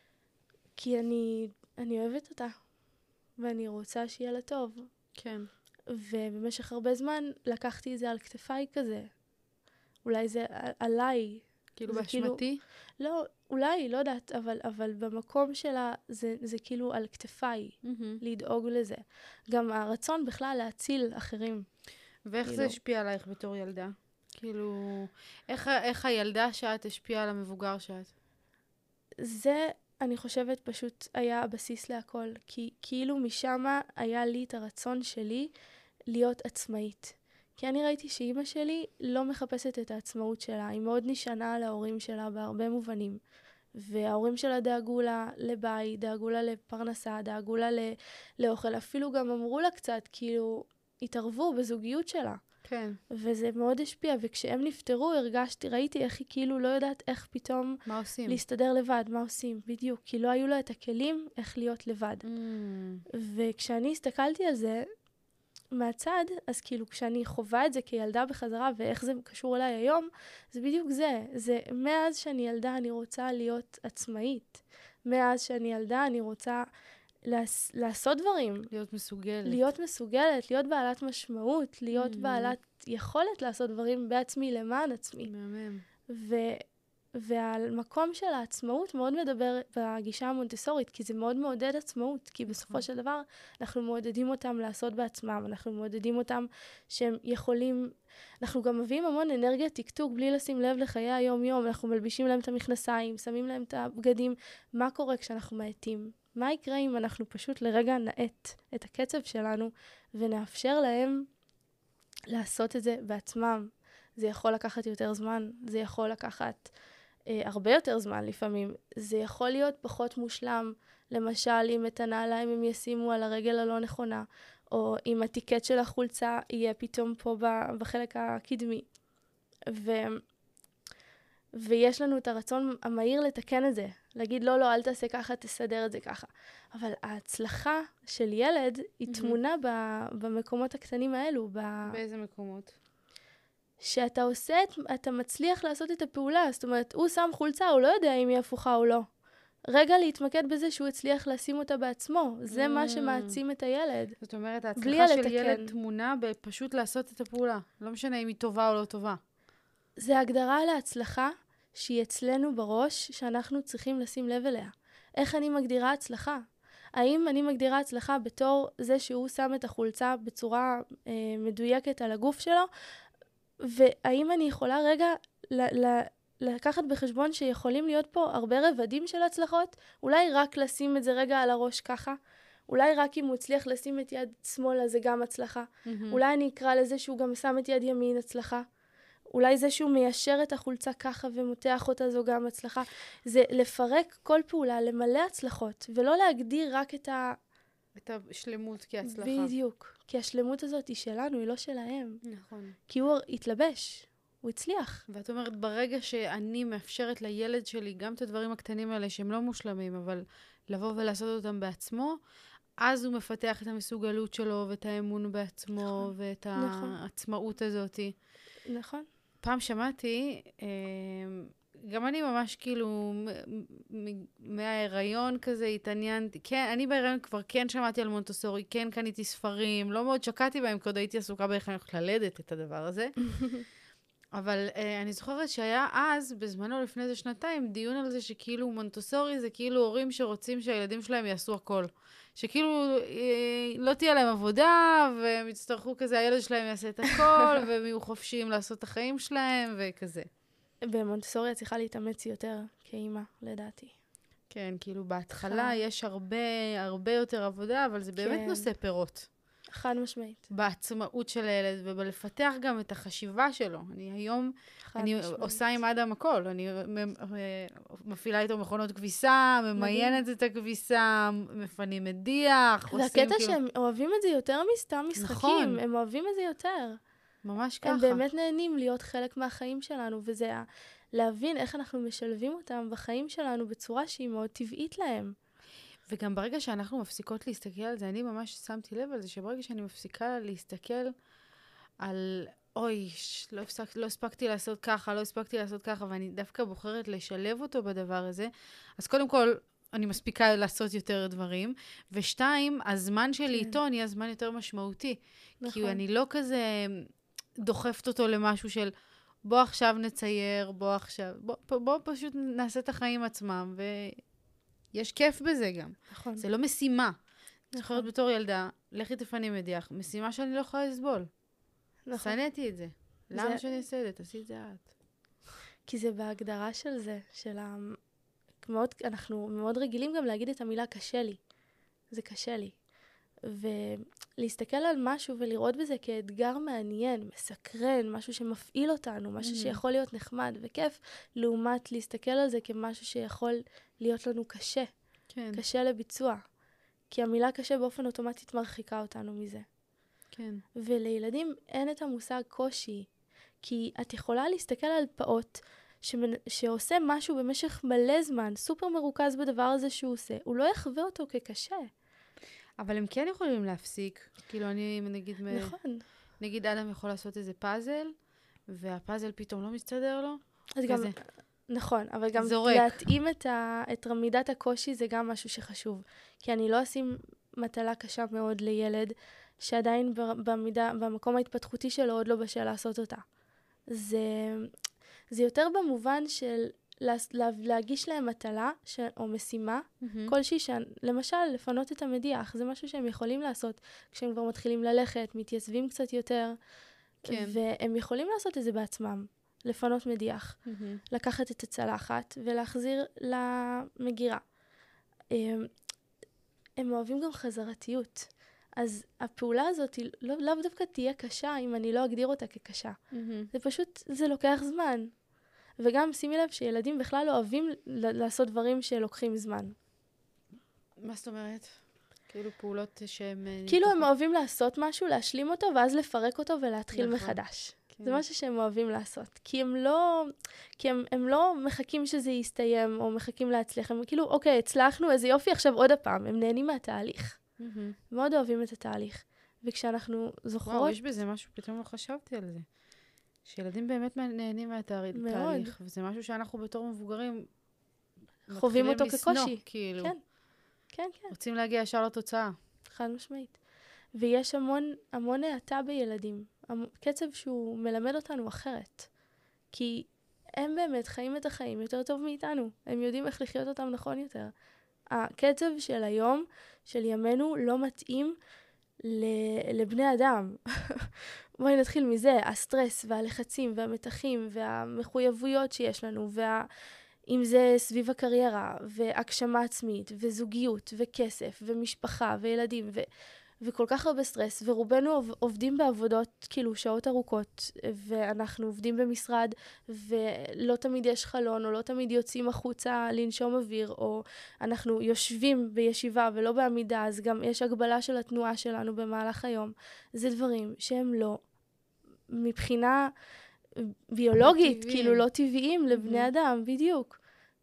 כי אני, אני אוהבת אותה, ואני רוצה שיהיה לה טוב. כן. ובמשך הרבה זמן לקחתי את זה על כתפיי כזה. אולי זה עליי. כאילו באשמתי? כאילו, לא, אולי, לא יודעת, אבל, אבל במקום שלה זה, זה כאילו על כתפיי, mm-hmm. לדאוג לזה. גם הרצון בכלל להציל אחרים. ואיך כאילו... זה השפיע עלייך בתור ילדה? כאילו, איך, איך הילדה שאת השפיעה על המבוגר שאת? זה, אני חושבת, פשוט היה הבסיס להכל. כי כאילו משם היה לי את הרצון שלי להיות עצמאית. כי אני ראיתי שאימא שלי לא מחפשת את העצמאות שלה. היא מאוד נשענה על ההורים שלה בהרבה מובנים. וההורים שלה דאגו לה לבית, דאגו לה לפרנסה, דאגו לה לאוכל. אפילו גם אמרו לה קצת, כאילו, התערבו בזוגיות שלה. כן. וזה מאוד השפיע, וכשהם נפטרו, הרגשתי, ראיתי איך היא כאילו לא יודעת איך פתאום... מה עושים? להסתדר לבד, מה עושים, בדיוק. כי לא היו לה את הכלים איך להיות לבד. Mm. וכשאני הסתכלתי על זה, מהצד, אז כאילו כשאני חווה את זה כילדה בחזרה, ואיך זה קשור אליי היום, זה בדיוק זה. זה מאז שאני ילדה, אני רוצה להיות עצמאית. מאז שאני ילדה, אני רוצה... לעש, לעשות דברים. להיות מסוגלת. להיות מסוגלת, להיות בעלת משמעות, להיות mm-hmm. בעלת יכולת לעשות דברים בעצמי למען עצמי. מהמם. ו, והמקום של העצמאות מאוד מדבר בגישה המונטסורית, כי זה מאוד מעודד עצמאות, כי בסופו של דבר אנחנו מעודדים אותם לעשות בעצמם, אנחנו מעודדים אותם שהם יכולים, אנחנו גם מביאים המון אנרגיה תקתוק בלי לשים לב לחיי היום-יום, אנחנו מלבישים להם את המכנסיים, שמים להם את הבגדים, מה קורה כשאנחנו מעטים? מה יקרה אם אנחנו פשוט לרגע נעט את הקצב שלנו ונאפשר להם לעשות את זה בעצמם? זה יכול לקחת יותר זמן, זה יכול לקחת אה, הרבה יותר זמן לפעמים. זה יכול להיות פחות מושלם, למשל אם את הנעליים הם ישימו על הרגל הלא נכונה, או אם הטיקט של החולצה יהיה פתאום פה בחלק הקדמי. ו... ויש לנו את הרצון המהיר לתקן את זה. להגיד, לא, לא, אל תעשה ככה, תסדר את זה ככה. אבל ההצלחה של ילד היא תמונה ב- במקומות הקטנים האלו. ב- באיזה מקומות? שאתה עושה, אתה מצליח לעשות את הפעולה. זאת אומרת, הוא שם חולצה, הוא לא יודע אם היא הפוכה או לא. רגע להתמקד בזה שהוא הצליח לשים אותה בעצמו. זה mm. מה שמעצים את הילד. זאת אומרת, ההצלחה של ילד תמונה בפשוט לעשות את הפעולה. לא משנה אם היא טובה או לא טובה. זה הגדרה להצלחה שהיא אצלנו בראש, שאנחנו צריכים לשים לב אליה. איך אני מגדירה הצלחה? האם אני מגדירה הצלחה בתור זה שהוא שם את החולצה בצורה אה, מדויקת על הגוף שלו? והאם אני יכולה רגע ל- ל- לקחת בחשבון שיכולים להיות פה הרבה רבדים של הצלחות? אולי רק לשים את זה רגע על הראש ככה? אולי רק אם הוא הצליח לשים את יד שמאלה זה גם הצלחה? Mm-hmm. אולי אני אקרא לזה שהוא גם שם את יד ימין הצלחה? אולי זה שהוא מיישר את החולצה ככה ומותח אותה זו גם הצלחה. זה לפרק כל פעולה, למלא הצלחות, ולא להגדיר רק את ה... את השלמות כהצלחה. בדיוק. כי השלמות הזאת היא שלנו, היא לא שלהם. נכון. כי הוא התלבש, הוא הצליח. ואת אומרת, ברגע שאני מאפשרת לילד שלי גם את הדברים הקטנים האלה שהם לא מושלמים, אבל לבוא ולעשות אותם בעצמו, אז הוא מפתח את המסוגלות שלו ואת האמון בעצמו, נכון. ואת נכון. העצמאות הזאת. נכון. פעם שמעתי, גם אני ממש כאילו, מההיריון כזה התעניינתי, כן, אני בהיריון כבר כן שמעתי על מונטסורי, כן קניתי ספרים, לא מאוד שקעתי בהם, כי עוד הייתי עסוקה באיך אני הולכת ללדת את הדבר הזה. אבל אה, אני זוכרת שהיה אז, בזמנו לפני איזה שנתיים, דיון על זה שכאילו מונטסורי זה כאילו הורים שרוצים שהילדים שלהם יעשו הכל. שכאילו אה, לא תהיה להם עבודה, והם יצטרכו כזה, הילד שלהם יעשה את הכל, והם יהיו חופשיים לעשות את החיים שלהם, וכזה. במונטסורי את צריכה להתאמץ יותר כאימא, לדעתי. כן, כאילו בהתחלה יש הרבה, הרבה יותר עבודה, אבל זה באמת כן. נושא פירות. חד משמעית. בעצמאות של הילד, ובלפתח גם את החשיבה שלו. אני היום, אני משמעית. עושה עם אדם הכל. אני מפעילה איתו מכונות כביסה, ממיינת את הכביסה, מפנים מדיח, עושים והקטע כאילו... שהם אוהבים את זה יותר מסתם משחקים. נכון. הם אוהבים את זה יותר. ממש ככה. הם באמת נהנים להיות חלק מהחיים שלנו, וזה להבין איך אנחנו משלבים אותם בחיים שלנו בצורה שהיא מאוד טבעית להם. וגם ברגע שאנחנו מפסיקות להסתכל על זה, אני ממש שמתי לב על זה, שברגע שאני מפסיקה להסתכל על, אוי, לא, הפסק, לא הספקתי לעשות ככה, לא הספקתי לעשות ככה, ואני דווקא בוחרת לשלב אותו בדבר הזה, אז קודם כל, אני מספיקה לעשות יותר דברים, ושתיים, הזמן שלי כן. איתו נהיה זמן יותר משמעותי. נכון. כי אני לא כזה דוחפת אותו למשהו של, בוא עכשיו נצייר, בוא עכשיו, בוא, בוא פשוט נעשה את החיים עצמם, ו... יש כיף בזה גם. נכון. זה לא משימה. נכון. זוכרת בתור ילדה, לכי תפני מדיח, משימה שאני לא יכולה לסבול. נכון. שנאתי את זה. זה... למה שאני אעשה את זה? תעשי את זה את. כי זה בהגדרה של זה, של ה... מאוד, אנחנו מאוד רגילים גם להגיד את המילה קשה לי. זה קשה לי. ולהסתכל על משהו ולראות בזה כאתגר מעניין, מסקרן, משהו שמפעיל אותנו, משהו mm-hmm. שיכול להיות נחמד וכיף, לעומת להסתכל על זה כמשהו שיכול להיות לנו קשה. כן. קשה לביצוע. כי המילה קשה באופן אוטומטית מרחיקה אותנו מזה. כן. ולילדים אין את המושג קושי, כי את יכולה להסתכל על פעוט שמנ... שעושה משהו במשך מלא זמן, סופר מרוכז בדבר הזה שהוא עושה, הוא לא יחווה אותו כקשה. אבל הם כן יכולים להפסיק. כאילו, אני, נגיד, נכון. נגיד, אדם יכול לעשות איזה פאזל, והפאזל פתאום לא מסתדר לו. אז גם, נכון, אבל גם זורק. להתאים את, ה, את רמידת הקושי זה גם משהו שחשוב. כי אני לא אשים מטלה קשה מאוד לילד, שעדיין במידה, במקום ההתפתחותי שלו עוד לא בשל לעשות אותה. זה, זה יותר במובן של... לה, לה, להגיש להם מטלה ש... או משימה, mm-hmm. כלשהי, ש... למשל, לפנות את המדיח. זה משהו שהם יכולים לעשות כשהם כבר מתחילים ללכת, מתייצבים קצת יותר, כן. והם יכולים לעשות את זה בעצמם, לפנות מדיח, mm-hmm. לקחת את הצלחת ולהחזיר למגירה. הם, הם אוהבים גם חזרתיות. אז הפעולה הזאת היא לא, לא דווקא תהיה קשה אם אני לא אגדיר אותה כקשה. Mm-hmm. זה פשוט, זה לוקח זמן. וגם שימי לב שילדים בכלל לא אוהבים לעשות דברים שלוקחים זמן. מה זאת אומרת? כאילו פעולות שהם... כאילו הם אוהבים לעשות משהו, להשלים אותו, ואז לפרק אותו ולהתחיל מחדש. זה משהו שהם אוהבים לעשות. כי הם לא, כי הם, הם לא מחכים שזה יסתיים, או מחכים להצליח. הם כאילו, אוקיי, הצלחנו, איזה יופי, עכשיו עוד הפעם. הם נהנים מהתהליך. מאוד אוהבים את התהליך. וכשאנחנו זוכרות... וואו, יש בזה משהו, פתאום לא חשבתי על זה. שילדים באמת נהנים מהתהליך, וזה משהו שאנחנו בתור מבוגרים חווים אותו כקושי. כאילו. כן, כן, כן. רוצים להגיע ישר לתוצאה. חד משמעית. ויש המון, המון העתה בילדים. קצב שהוא מלמד אותנו אחרת. כי הם באמת חיים את החיים יותר טוב מאיתנו. הם יודעים איך לחיות אותם נכון יותר. הקצב של היום, של ימינו, לא מתאים לבני אדם. בואי נתחיל מזה, הסטרס והלחצים והמתחים והמחויבויות שיש לנו, וה... אם זה סביב הקריירה, והגשמה עצמית, וזוגיות, וכסף, ומשפחה, וילדים, ו... וכל כך הרבה סטרס, ורובנו עובדים בעבודות כאילו שעות ארוכות, ואנחנו עובדים במשרד, ולא תמיד יש חלון, או לא תמיד יוצאים החוצה לנשום אוויר, או אנחנו יושבים בישיבה ולא בעמידה, אז גם יש הגבלה של התנועה שלנו במהלך היום. זה דברים שהם לא, מבחינה ביולוגית, לא כאילו לא טבעיים mm-hmm. לבני אדם, בדיוק.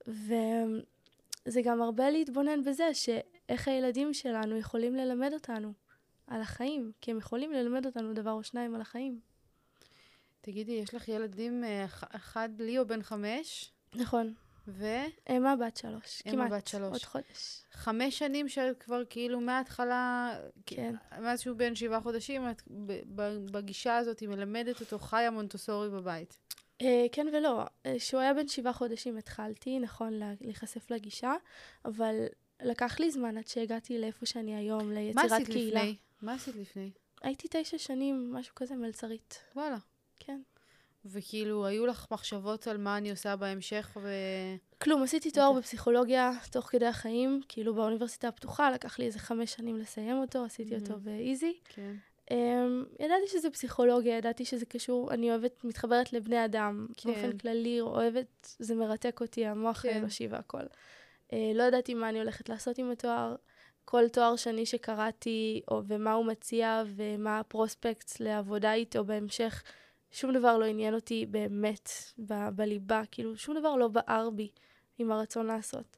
וזה גם הרבה להתבונן בזה, שאיך הילדים שלנו יכולים ללמד אותנו. על החיים, כי הם יכולים ללמד אותנו דבר או שניים על החיים. תגידי, יש לך ילדים אחד לי או בן חמש? נכון. ו? אמה בת שלוש. אמה בת שלוש. עוד חודש. חמש שנים שכבר כאילו מההתחלה, כן. מאז שהוא בן שבעה חודשים, את בגישה הזאת היא מלמדת אותו חיה מונטוסורי בבית. כן ולא. כשהוא היה בן שבעה חודשים התחלתי, נכון, להיחשף לגישה, אבל לקח לי זמן עד שהגעתי לאיפה שאני היום, ליצירת קהילה. מה עשית לפני? מה עשית לפני? הייתי תשע שנים, משהו כזה, מלצרית. וואלה. כן. וכאילו, היו לך מחשבות על מה אני עושה בהמשך ו... כלום, עשיתי תואר בפסיכולוגיה תוך כדי החיים, כאילו באוניברסיטה הפתוחה, לקח לי איזה חמש שנים לסיים אותו, עשיתי אותו באיזי. כן. ידעתי שזה פסיכולוגיה, ידעתי שזה קשור, אני אוהבת, מתחברת לבני אדם, באופן כללי, אוהבת, זה מרתק אותי, המוח האנושי והכל. לא ידעתי מה אני הולכת לעשות עם התואר, כל תואר שני שקראתי, ומה הוא מציע, ומה הפרוספקט לעבודה איתו בהמשך, שום דבר לא עניין אותי באמת ב- בליבה, כאילו שום דבר לא בער בי עם הרצון לעשות.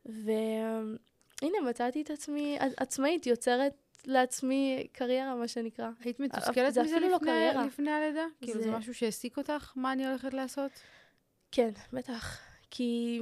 והנה, מצאתי את עצמי עצמאית, יוצרת לעצמי קריירה, מה שנקרא. היית מתוסכלת מזה לפני, לא לפני הלידה? זה... כאילו זה... זה משהו שהעסיק אותך? מה אני הולכת לעשות? כן, בטח. כי...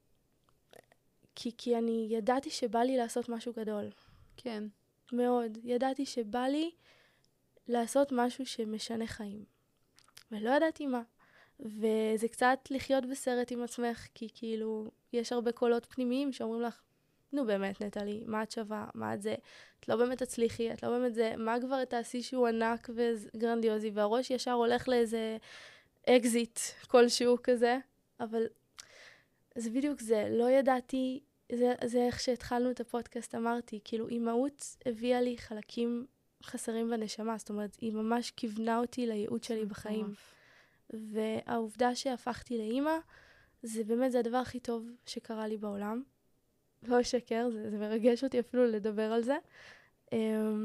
כי, כי אני ידעתי שבא לי לעשות משהו גדול. כן. מאוד. ידעתי שבא לי לעשות משהו שמשנה חיים. ולא ידעתי מה. וזה קצת לחיות בסרט עם עצמך, כי כאילו, יש הרבה קולות פנימיים שאומרים לך, נו באמת, נטלי, מה את שווה? מה את זה? את לא באמת תצליחי, את לא באמת זה. מה כבר תעשי שהוא ענק וגרנדיוזי, והראש ישר הולך לאיזה אקזיט כלשהו כזה. אבל זה בדיוק זה. לא ידעתי, זה, זה איך שהתחלנו את הפודקאסט, אמרתי, כאילו, אימהות הביאה לי חלקים חסרים בנשמה, זאת אומרת, היא ממש כיוונה אותי לייעוד שלי בחיים. והעובדה שהפכתי לאימא, זה באמת, זה הדבר הכי טוב שקרה לי בעולם. לא שקר, זה, זה מרגש אותי אפילו לדבר על זה. Um,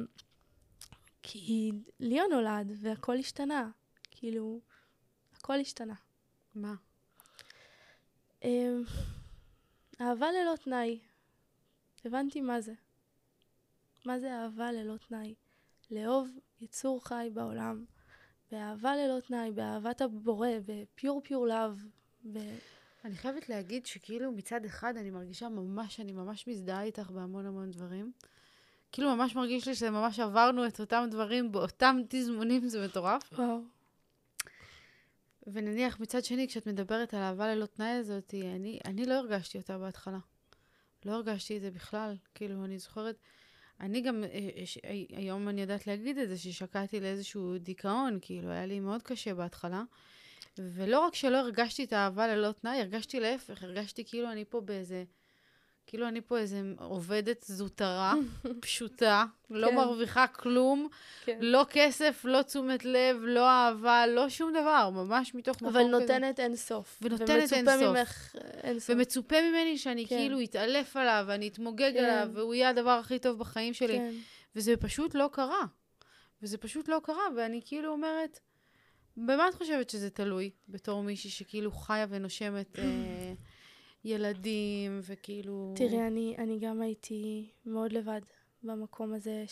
כי ליאו נולד, והכל השתנה. כאילו, הכל השתנה. מה? Um, אהבה ללא תנאי. הבנתי מה זה. מה זה אהבה ללא תנאי? לאהוב יצור חי בעולם. באהבה ללא תנאי, באהבת הבורא, בפיור פיור לאב. ב... אני חייבת להגיד שכאילו מצד אחד אני מרגישה ממש, אני ממש מזדהה איתך בהמון המון דברים. כאילו ממש מרגיש לי שממש עברנו את אותם דברים באותם תזמונים, זה מטורף. וואו. ונניח מצד שני, כשאת מדברת על אהבה ללא תנאי הזאת, אני, אני לא הרגשתי אותה בהתחלה. לא הרגשתי את זה בכלל. כאילו, אני זוכרת, אני גם, ש, היום אני יודעת להגיד את זה, ששקעתי לאיזשהו דיכאון, כאילו, היה לי מאוד קשה בהתחלה. ולא רק שלא הרגשתי את האהבה ללא תנאי, הרגשתי להפך, הרגשתי כאילו אני פה באיזה, כאילו אני פה איזה עובדת זוטרה, פשוטה, לא מרוויחה כלום, לא כסף, לא תשומת לב, לא אהבה, לא שום דבר, ממש מתוך מקום כזה. אבל נותנת אין סוף. ונותנת אין סוף. ומצופה ממך אין סוף. ומצופה ממני שאני כאילו אתעלף עליו, ואני אתמוגג עליו, והוא יהיה הדבר הכי טוב בחיים שלי. וזה פשוט לא קרה. וזה פשוט לא קרה, ואני כאילו אומרת, במה את חושבת שזה תלוי? בתור מישהי שכאילו חיה ונושמת אה, ילדים וכאילו... תראי, אני, אני גם הייתי מאוד לבד במקום הזה,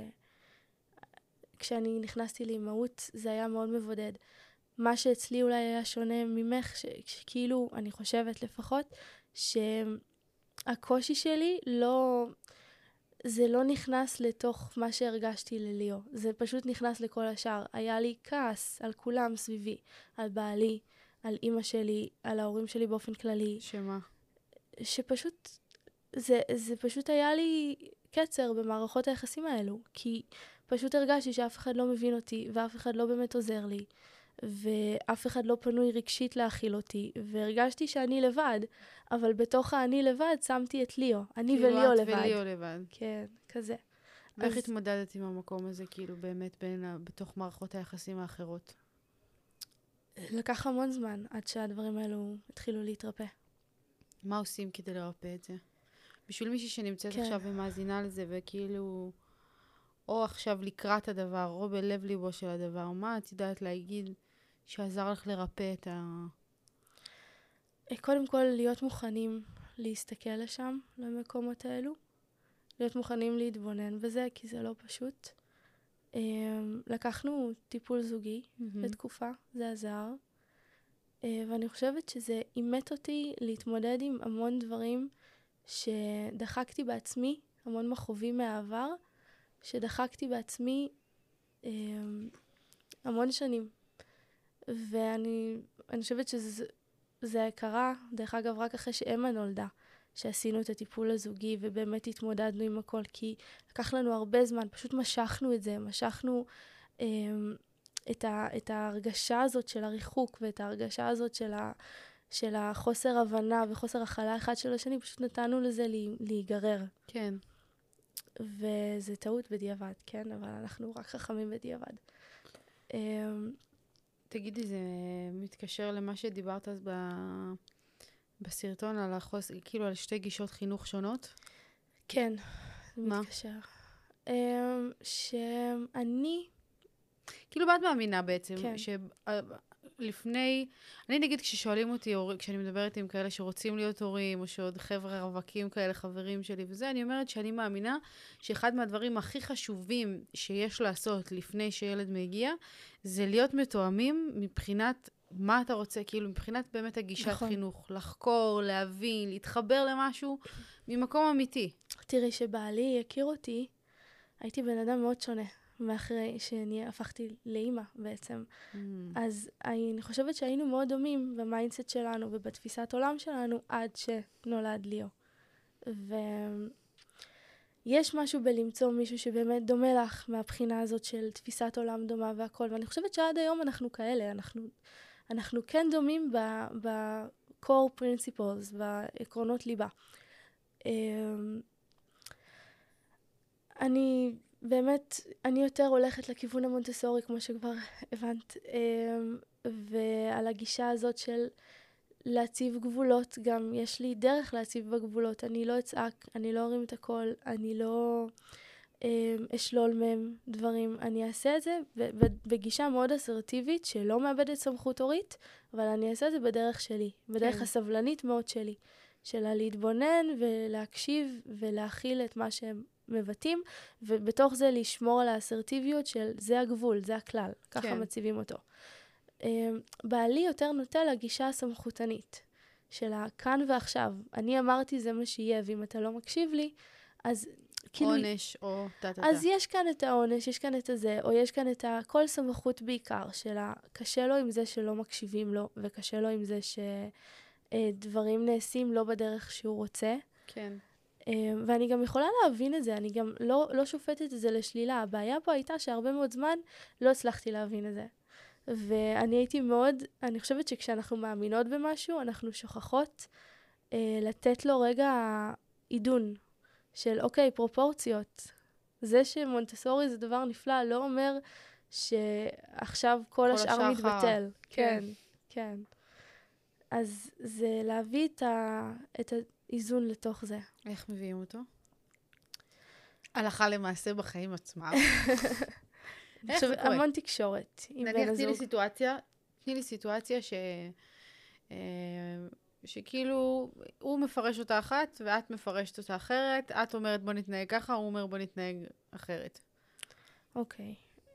שכשאני נכנסתי לאימהות זה היה מאוד מבודד. מה שאצלי אולי היה שונה ממך, ש... שכאילו, אני חושבת לפחות, שהקושי שלי לא... זה לא נכנס לתוך מה שהרגשתי לליאו. זה פשוט נכנס לכל השאר. היה לי כעס על כולם סביבי. על בעלי, על אמא שלי, על ההורים שלי באופן כללי. שמה? שפשוט, זה, זה פשוט היה לי קצר במערכות היחסים האלו. כי פשוט הרגשתי שאף אחד לא מבין אותי, ואף אחד לא באמת עוזר לי. ואף אחד לא פנוי רגשית להכיל אותי. והרגשתי שאני לבד. אבל בתוך האני לבד שמתי את ליאו. אני וליאו לבד. כאילו את וליאו לבד. כן, כזה. ואיך התמודדת עם המקום הזה, כאילו באמת בין, בתוך מערכות היחסים האחרות? לקח המון זמן עד שהדברים האלו התחילו להתרפא. מה עושים כדי לרפא את זה? בשביל מישהי שנמצאת כן. עכשיו ומאזינה לזה, וכאילו, או עכשיו לקראת הדבר, או בלב ליבו של הדבר, מה את יודעת להגיד שעזר לך לרפא את ה... קודם כל, להיות מוכנים להסתכל לשם, למקומות האלו. להיות מוכנים להתבונן בזה, כי זה לא פשוט. לקחנו טיפול זוגי mm-hmm. לתקופה, זה עזר. ואני חושבת שזה אימת אותי להתמודד עם המון דברים שדחקתי בעצמי, המון מחובים מהעבר, שדחקתי בעצמי המון שנים. ואני אני חושבת שזה זה קרה, דרך אגב, רק אחרי שאמה נולדה, שעשינו את הטיפול הזוגי, ובאמת התמודדנו עם הכל, כי לקח לנו הרבה זמן, פשוט משכנו את זה, משכנו אה, את, ה, את ההרגשה הזאת של הריחוק, ואת ההרגשה הזאת של, ה, של החוסר הבנה וחוסר הכלה אחד של השני, פשוט נתנו לזה לי, להיגרר. כן. וזה טעות בדיעבד, כן? אבל אנחנו רק חכמים בדיעבד. אה, תגידי, זה מתקשר למה שדיברת אז ב... בסרטון על החוס... כאילו על שתי גישות חינוך שונות? כן, זה מתקשר. Um, שאני... כאילו, מה את מאמינה בעצם? כן. שלפני... אני נגיד כששואלים אותי, כשאני מדברת עם כאלה שרוצים להיות הורים, או שעוד חבר'ה רווקים כאלה, חברים שלי וזה, אני אומרת שאני מאמינה שאחד מהדברים הכי חשובים שיש לעשות לפני שילד מגיע, זה להיות מתואמים מבחינת מה אתה רוצה, כאילו מבחינת באמת הגישת נכון. חינוך, לחקור, להבין, להתחבר למשהו ממקום אמיתי. תראי, שבעלי הכיר אותי, הייתי בן אדם מאוד שונה, מאחרי שאני הפכתי לאמא בעצם. Mm. אז אני חושבת שהיינו מאוד דומים במיינדסט שלנו ובתפיסת עולם שלנו עד שנולד ליאו. ויש משהו בלמצוא מישהו שבאמת דומה לך מהבחינה הזאת של תפיסת עולם דומה והכל, ואני חושבת שעד היום אנחנו כאלה, אנחנו... אנחנו כן דומים ב-core principles, בעקרונות ליבה. אני באמת, אני יותר הולכת לכיוון המונטסורי, כמו שכבר הבנת, ועל הגישה הזאת של להציב גבולות, גם יש לי דרך להציב בגבולות. אני לא אצעק, אני לא ארים את הכל, אני לא אשלול מהם דברים. אני אעשה את זה בגישה מאוד אסרטיבית, שלא מאבדת סמכות הורית, אבל אני אעשה את זה בדרך שלי, בדרך כן. הסבלנית מאוד שלי, שלה להתבונן ולהקשיב ולהכיל את מה שהם מבטאים, ובתוך זה לשמור על האסרטיביות של זה הגבול, זה הכלל, ככה כן. מציבים אותו. בעלי יותר נוטה לגישה הסמכותנית, שלה כאן ועכשיו, אני אמרתי זה מה שיהיה, ואם אתה לא מקשיב לי, אז כאילו... עונש או טה-טה-טה. אז יש כאן את העונש, יש כאן את הזה, או יש כאן את כל סמכות בעיקר, שלה קשה לו עם זה שלא מקשיבים לו, וקשה לו עם זה שדברים נעשים לא בדרך שהוא רוצה. כן. ואני גם יכולה להבין את זה, אני גם לא, לא שופטת את זה לשלילה. הבעיה פה הייתה שהרבה מאוד זמן לא הצלחתי להבין את זה. ואני הייתי מאוד, אני חושבת שכשאנחנו מאמינות במשהו, אנחנו שוכחות אה, לתת לו רגע עידון של אוקיי, פרופורציות. זה שמונטסורי זה דבר נפלא, לא אומר שעכשיו כל, כל השאר, השאר מתבטל. כן, כן, כן. אז זה להביא את, ה, את האיזון לתוך זה. איך מביאים אותו? הלכה למעשה בחיים עצמם. עכשיו, המון תקשורת. נניח, תני לי סיטואציה, תני לי סיטואציה ש... שכאילו, הוא מפרש אותה אחת, ואת מפרשת אותה אחרת, את אומרת בוא נתנהג ככה, הוא אומר בוא נתנהג אחרת. אוקיי.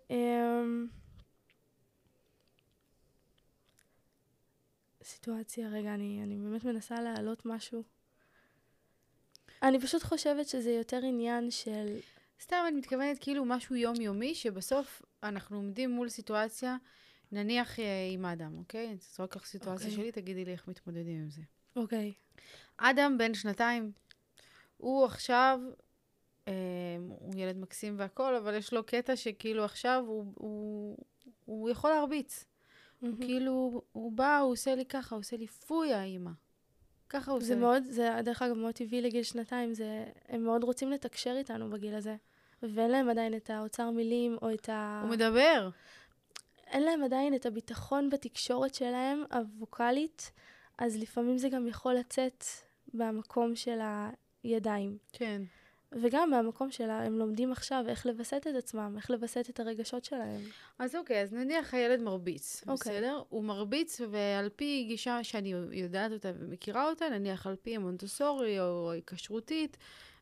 סיטואציה, רגע, אני, אני באמת מנסה להעלות משהו. אני פשוט חושבת שזה יותר עניין של... סתם, אני מתכוונת כאילו משהו יומיומי, שבסוף אנחנו עומדים מול סיטואציה, נניח עם אדם, אוקיי? אני אצטרוק לך סיטואציה שלי, תגידי לי איך מתמודדים עם זה. אוקיי. אדם בן שנתיים, הוא עכשיו, אה, הוא ילד מקסים והכל, אבל יש לו קטע שכאילו עכשיו הוא, הוא, הוא יכול להרביץ. Mm-hmm. כאילו, הוא בא, הוא עושה לי ככה, הוא עושה לי פוי, האמא. ככה הוא עושה. זה מאוד, זה דרך אגב מאוד טבעי לגיל שנתיים, זה, הם מאוד רוצים לתקשר איתנו בגיל הזה. ואין להם עדיין את האוצר מילים או את ה... הוא מדבר. אין להם עדיין את הביטחון בתקשורת שלהם, הווקלית, אז לפעמים זה גם יכול לצאת במקום של הידיים. כן. וגם מהמקום שלה, הם לומדים עכשיו איך לבסט את עצמם, איך לבסט את הרגשות שלהם. אז אוקיי, אז נניח הילד מרביץ, אוקיי. בסדר? הוא מרביץ, ועל פי גישה שאני יודעת אותה ומכירה אותה, נניח על פי המונטסורי או כשרותית,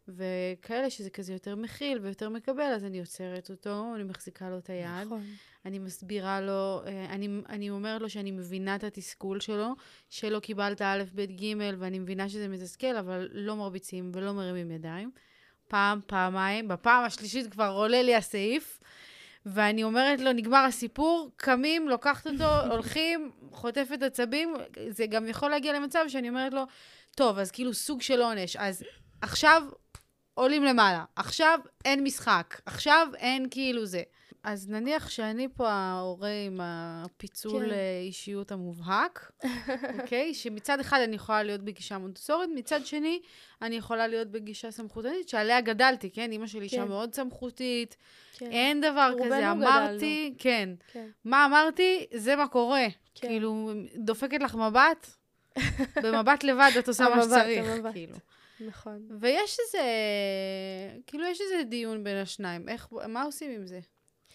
וכאלה שזה כזה יותר מכיל ויותר מקבל, אז אני יוצרת אותו, אני מחזיקה לו את היד. נכון. אני מסבירה לו, אני, אני אומרת לו שאני מבינה את התסכול שלו, שלא קיבלת א', ב', ג', ואני מבינה שזה מתסכל, אבל לא מרביצים ולא מרימים ידיים. פעם, פעמיים, בפעם השלישית כבר עולה לי הסעיף, ואני אומרת לו, נגמר הסיפור, קמים, לוקחת אותו, הולכים, חוטפת עצבים, זה גם יכול להגיע למצב שאני אומרת לו, טוב, אז כאילו סוג של עונש, אז עכשיו עולים למעלה, עכשיו אין משחק, עכשיו אין כאילו זה. אז נניח שאני פה ההורה עם הפיצול כן. אישיות המובהק, אוקיי? שמצד אחד אני יכולה להיות בגישה מונטסורית, מצד שני אני יכולה להיות בגישה סמכותנית, שעליה גדלתי, כן? אמא שלי אישה כן. מאוד סמכותית, כן. אין דבר כזה, אמרתי, גדלנו. כן. כן. מה אמרתי? זה מה קורה. כן. כאילו, דופקת לך מבט, במבט לבד את עושה מה שצריך, המבט. כאילו. נכון. ויש איזה, כאילו יש איזה דיון בין השניים, איך, מה עושים עם זה?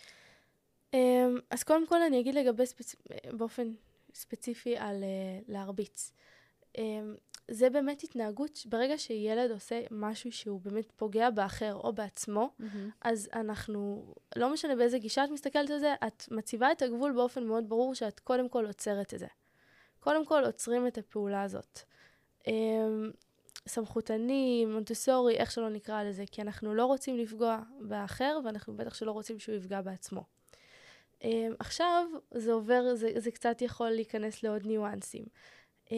אז קודם כל אני אגיד לגבי ספצ... באופן ספציפי על uh, להרביץ. Um, זה באמת התנהגות, ברגע שילד עושה משהו שהוא באמת פוגע באחר או בעצמו, mm-hmm. אז אנחנו, לא משנה באיזה גישה את מסתכלת על זה, את מציבה את הגבול באופן מאוד ברור שאת קודם כל עוצרת את זה. קודם כל עוצרים את הפעולה הזאת. Um, סמכותני, מונטסורי, איך שלא נקרא לזה, כי אנחנו לא רוצים לפגוע באחר, ואנחנו בטח שלא רוצים שהוא יפגע בעצמו. Um, עכשיו זה עובר, זה, זה קצת יכול להיכנס לעוד ניואנסים. Um,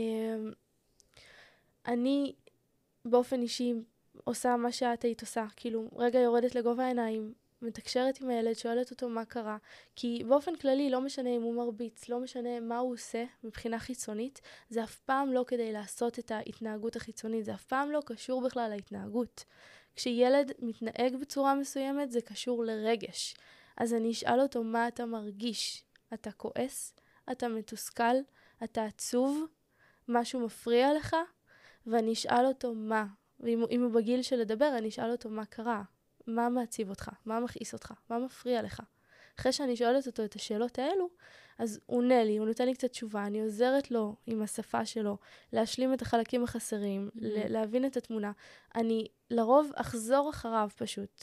אני באופן אישי עושה מה שאת היית עושה, כאילו רגע יורדת לגובה העיניים, מתקשרת עם הילד, שואלת אותו מה קרה, כי באופן כללי לא משנה אם הוא מרביץ, לא משנה מה הוא עושה מבחינה חיצונית, זה אף פעם לא כדי לעשות את ההתנהגות החיצונית, זה אף פעם לא קשור בכלל להתנהגות. כשילד מתנהג בצורה מסוימת זה קשור לרגש. אז אני אשאל אותו מה אתה מרגיש. אתה כועס? אתה מתוסכל? אתה עצוב? משהו מפריע לך? ואני אשאל אותו מה. ואם אם הוא בגיל של לדבר, אני אשאל אותו מה קרה. מה מעציב אותך? מה מכעיס אותך? מה מפריע לך? אחרי שאני שואלת אותו את השאלות האלו, אז הוא עונה לי, הוא נותן לי קצת תשובה, אני עוזרת לו עם השפה שלו, להשלים את החלקים החסרים, mm-hmm. להבין את התמונה. אני לרוב אחזור אחריו פשוט.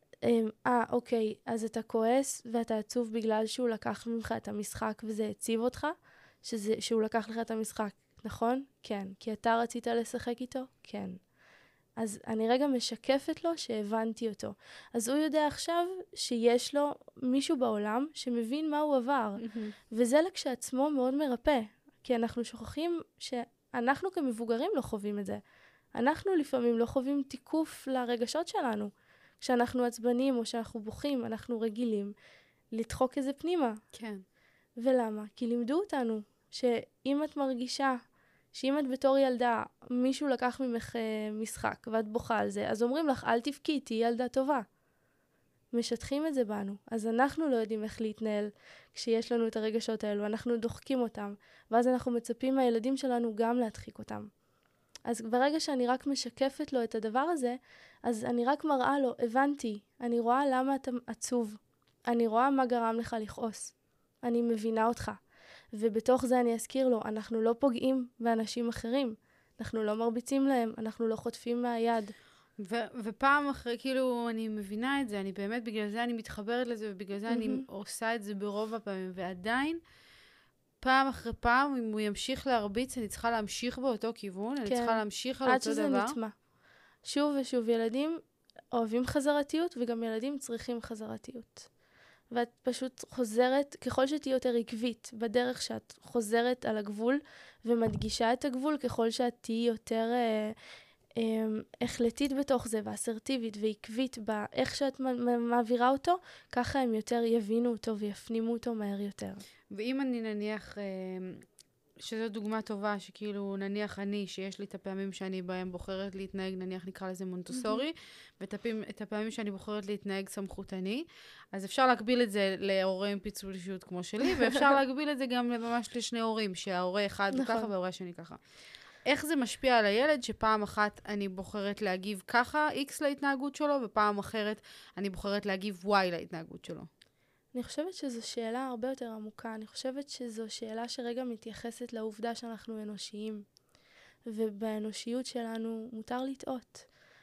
אה, אוקיי, אז אתה כועס ואתה עצוב בגלל שהוא לקח ממך את המשחק וזה הציב אותך, שזה, שהוא לקח לך את המשחק, נכון? כן. כי אתה רצית לשחק איתו? כן. אז אני רגע משקפת לו שהבנתי אותו. אז הוא יודע עכשיו שיש לו מישהו בעולם שמבין מה הוא עבר. Mm-hmm. וזה לכשעצמו מאוד מרפא. כי אנחנו שוכחים שאנחנו כמבוגרים לא חווים את זה. אנחנו לפעמים לא חווים תיקוף לרגשות שלנו. כשאנחנו עצבנים או שאנחנו בוכים, אנחנו רגילים לדחוק איזה פנימה. כן. ולמה? כי לימדו אותנו שאם את מרגישה, שאם את בתור ילדה, מישהו לקח ממך משחק ואת בוכה על זה, אז אומרים לך, אל תבכי, תהי ילדה טובה. משטחים את זה בנו. אז אנחנו לא יודעים איך להתנהל כשיש לנו את הרגשות האלו, אנחנו דוחקים אותם, ואז אנחנו מצפים מהילדים שלנו גם להדחיק אותם. אז ברגע שאני רק משקפת לו את הדבר הזה, אז אני רק מראה לו, הבנתי, אני רואה למה אתה עצוב, אני רואה מה גרם לך לכעוס, אני מבינה אותך. ובתוך זה אני אזכיר לו, אנחנו לא פוגעים באנשים אחרים, אנחנו לא מרביצים להם, אנחנו לא חוטפים מהיד. ו- ופעם אחרי, כאילו, אני מבינה את זה, אני באמת, בגלל זה אני מתחברת לזה, ובגלל זה mm-hmm. אני עושה את זה ברוב הפעמים, ועדיין, פעם אחרי פעם, אם הוא ימשיך להרביץ, אני צריכה להמשיך באותו כיוון, כן. אני צריכה להמשיך על אותו דבר. עד שזה נטמע. שוב ושוב, ילדים אוהבים חזרתיות, וגם ילדים צריכים חזרתיות. ואת פשוט חוזרת, ככל שתהיי יותר עקבית, בדרך שאת חוזרת על הגבול, ומדגישה את הגבול, ככל שאת תהיי יותר אה, אה, החלטית בתוך זה, ואסרטיבית ועקבית באיך שאת מעבירה אותו, ככה הם יותר יבינו אותו ויפנימו אותו מהר יותר. ואם אני נניח, שזו דוגמה טובה, שכאילו נניח אני, שיש לי את הפעמים שאני בהם בוחרת להתנהג, נניח נקרא לזה מונטסורי, ואת הפעמים שאני בוחרת להתנהג סמכותני, אז אפשר להגביל את זה להורה עם פיצול אישיות כמו שלי, ואפשר להגביל את זה גם ממש לשני הורים, שההורה אחד הוא ככה וההורה השני ככה. איך זה משפיע על הילד שפעם אחת אני בוחרת להגיב ככה X להתנהגות שלו, ופעם אחרת אני בוחרת להגיב Y להתנהגות שלו? אני חושבת שזו שאלה הרבה יותר עמוקה. אני חושבת שזו שאלה שרגע מתייחסת לעובדה שאנחנו אנושיים. ובאנושיות שלנו מותר לטעות.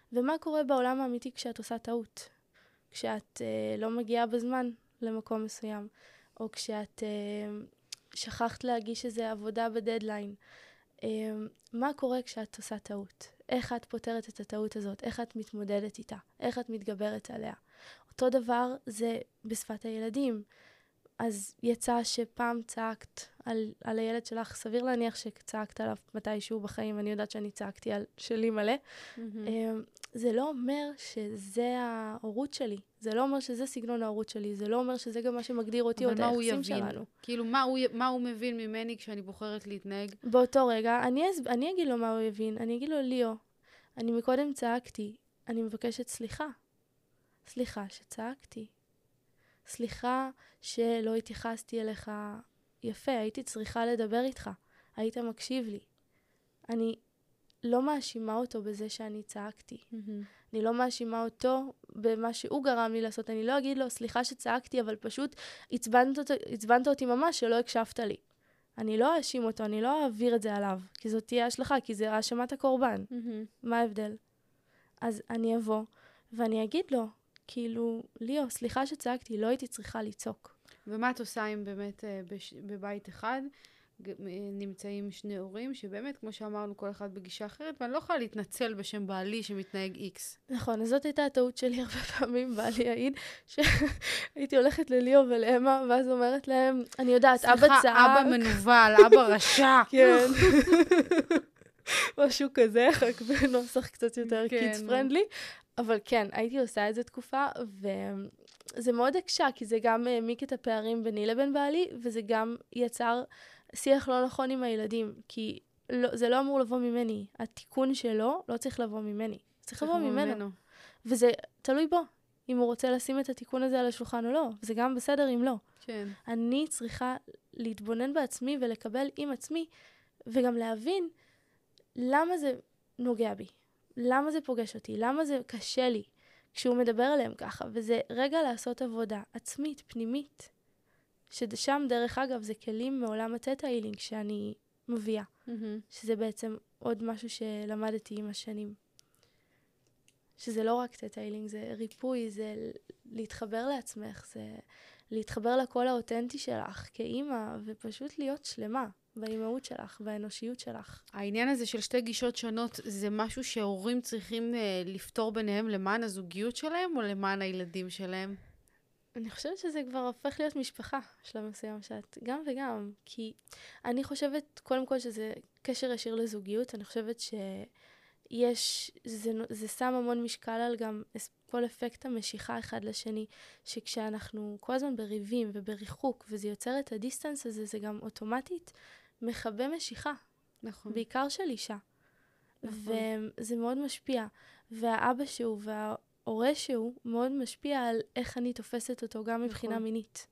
ומה קורה בעולם האמיתי כשאת עושה טעות? כשאת אה, לא מגיעה בזמן למקום מסוים, או כשאת אה, שכחת להגיש איזו עבודה בדדליין. אה, מה קורה כשאת עושה טעות? איך את פותרת את הטעות הזאת? איך את מתמודדת איתה? איך את מתגברת עליה? אותו דבר זה בשפת הילדים. אז יצא שפעם צעקת על, על הילד שלך, סביר להניח שצעקת עליו מתישהו בחיים, אני יודעת שאני צעקתי על שלי מלא. Mm-hmm. זה לא אומר שזה ההורות שלי, זה לא אומר שזה סגנון ההורות שלי, זה לא אומר שזה גם מה שמגדיר אותי או את היחסים שלנו. כאילו, מה הוא, מה הוא מבין ממני כשאני בוחרת להתנהג? באותו רגע, אני, אני אגיד לו מה הוא יבין, אני אגיד לו, ליאו, אני מקודם צעקתי, אני מבקשת סליחה. סליחה שצעקתי. סליחה שלא התייחסתי אליך יפה, הייתי צריכה לדבר איתך, היית מקשיב לי. אני לא מאשימה אותו בזה שאני צעקתי. Mm-hmm. אני לא מאשימה אותו במה שהוא גרם לי לעשות. אני לא אגיד לו, סליחה שצעקתי, אבל פשוט הצבנת, אותו, הצבנת אותי ממש שלא הקשבת לי. אני לא אאשים אותו, אני לא אעביר את זה עליו, כי זאת תהיה השלכה, כי זה האשמת הקורבן. Mm-hmm. מה ההבדל? אז אני אבוא, ואני אגיד לו, כאילו, ליאו, סליחה שצעקתי, לא הייתי צריכה לצעוק. ומה את עושה אם באמת בש... בבית אחד נמצאים שני הורים, שבאמת, כמו שאמרנו, כל אחד בגישה אחרת, ואני לא יכולה להתנצל בשם בעלי שמתנהג איקס. נכון, אז זאת הייתה הטעות שלי הרבה פעמים, בעלי העיד, שהייתי הולכת לליאו ולאמה, ואז אומרת להם, אני יודעת, אבא צעק. סליחה, אבא מנוול, אבא רשע. כן. משהו כזה, רק בנוסח קצת יותר קידס פרנדלי. אבל כן, הייתי עושה את זה תקופה, וזה מאוד הקשה, כי זה גם העמיק את הפערים ביני לבין בעלי, וזה גם יצר שיח לא נכון עם הילדים, כי לא, זה לא אמור לבוא ממני. התיקון שלו לא צריך לבוא ממני. צריך לבוא ממנו. ממנו. וזה תלוי בו, אם הוא רוצה לשים את התיקון הזה על השולחן או לא. זה גם בסדר אם לא. כן. אני צריכה להתבונן בעצמי ולקבל עם עצמי, וגם להבין למה זה נוגע בי. למה זה פוגש אותי? למה זה קשה לי כשהוא מדבר עליהם ככה? וזה רגע לעשות עבודה עצמית, פנימית. ששם, דרך אגב, זה כלים מעולם הטטה-הילינג שאני מביאה. Mm-hmm. שזה בעצם עוד משהו שלמדתי עם השנים. שזה לא רק טטה-הילינג, זה ריפוי, זה להתחבר לעצמך, זה להתחבר לקול האותנטי שלך כאימא, ופשוט להיות שלמה. באימהות שלך, באנושיות שלך. העניין הזה של שתי גישות שונות, זה משהו שהורים צריכים אה, לפתור ביניהם למען הזוגיות שלהם, או למען הילדים שלהם? אני חושבת שזה כבר הופך להיות משפחה, שלב מסוים שאת גם וגם, כי אני חושבת, קודם כל שזה קשר ישיר לזוגיות, אני חושבת שיש, זה, זה שם המון משקל על גם כל אפקט המשיכה אחד לשני, שכשאנחנו כל הזמן בריבים ובריחוק, וזה יוצר את הדיסטנס הזה, זה גם אוטומטית, מחבא משיכה, נכון. בעיקר של אישה. נכון. וזה מאוד משפיע. והאבא שהוא וההורה שהוא מאוד משפיע על איך אני תופסת אותו גם מבחינה נכון. מינית.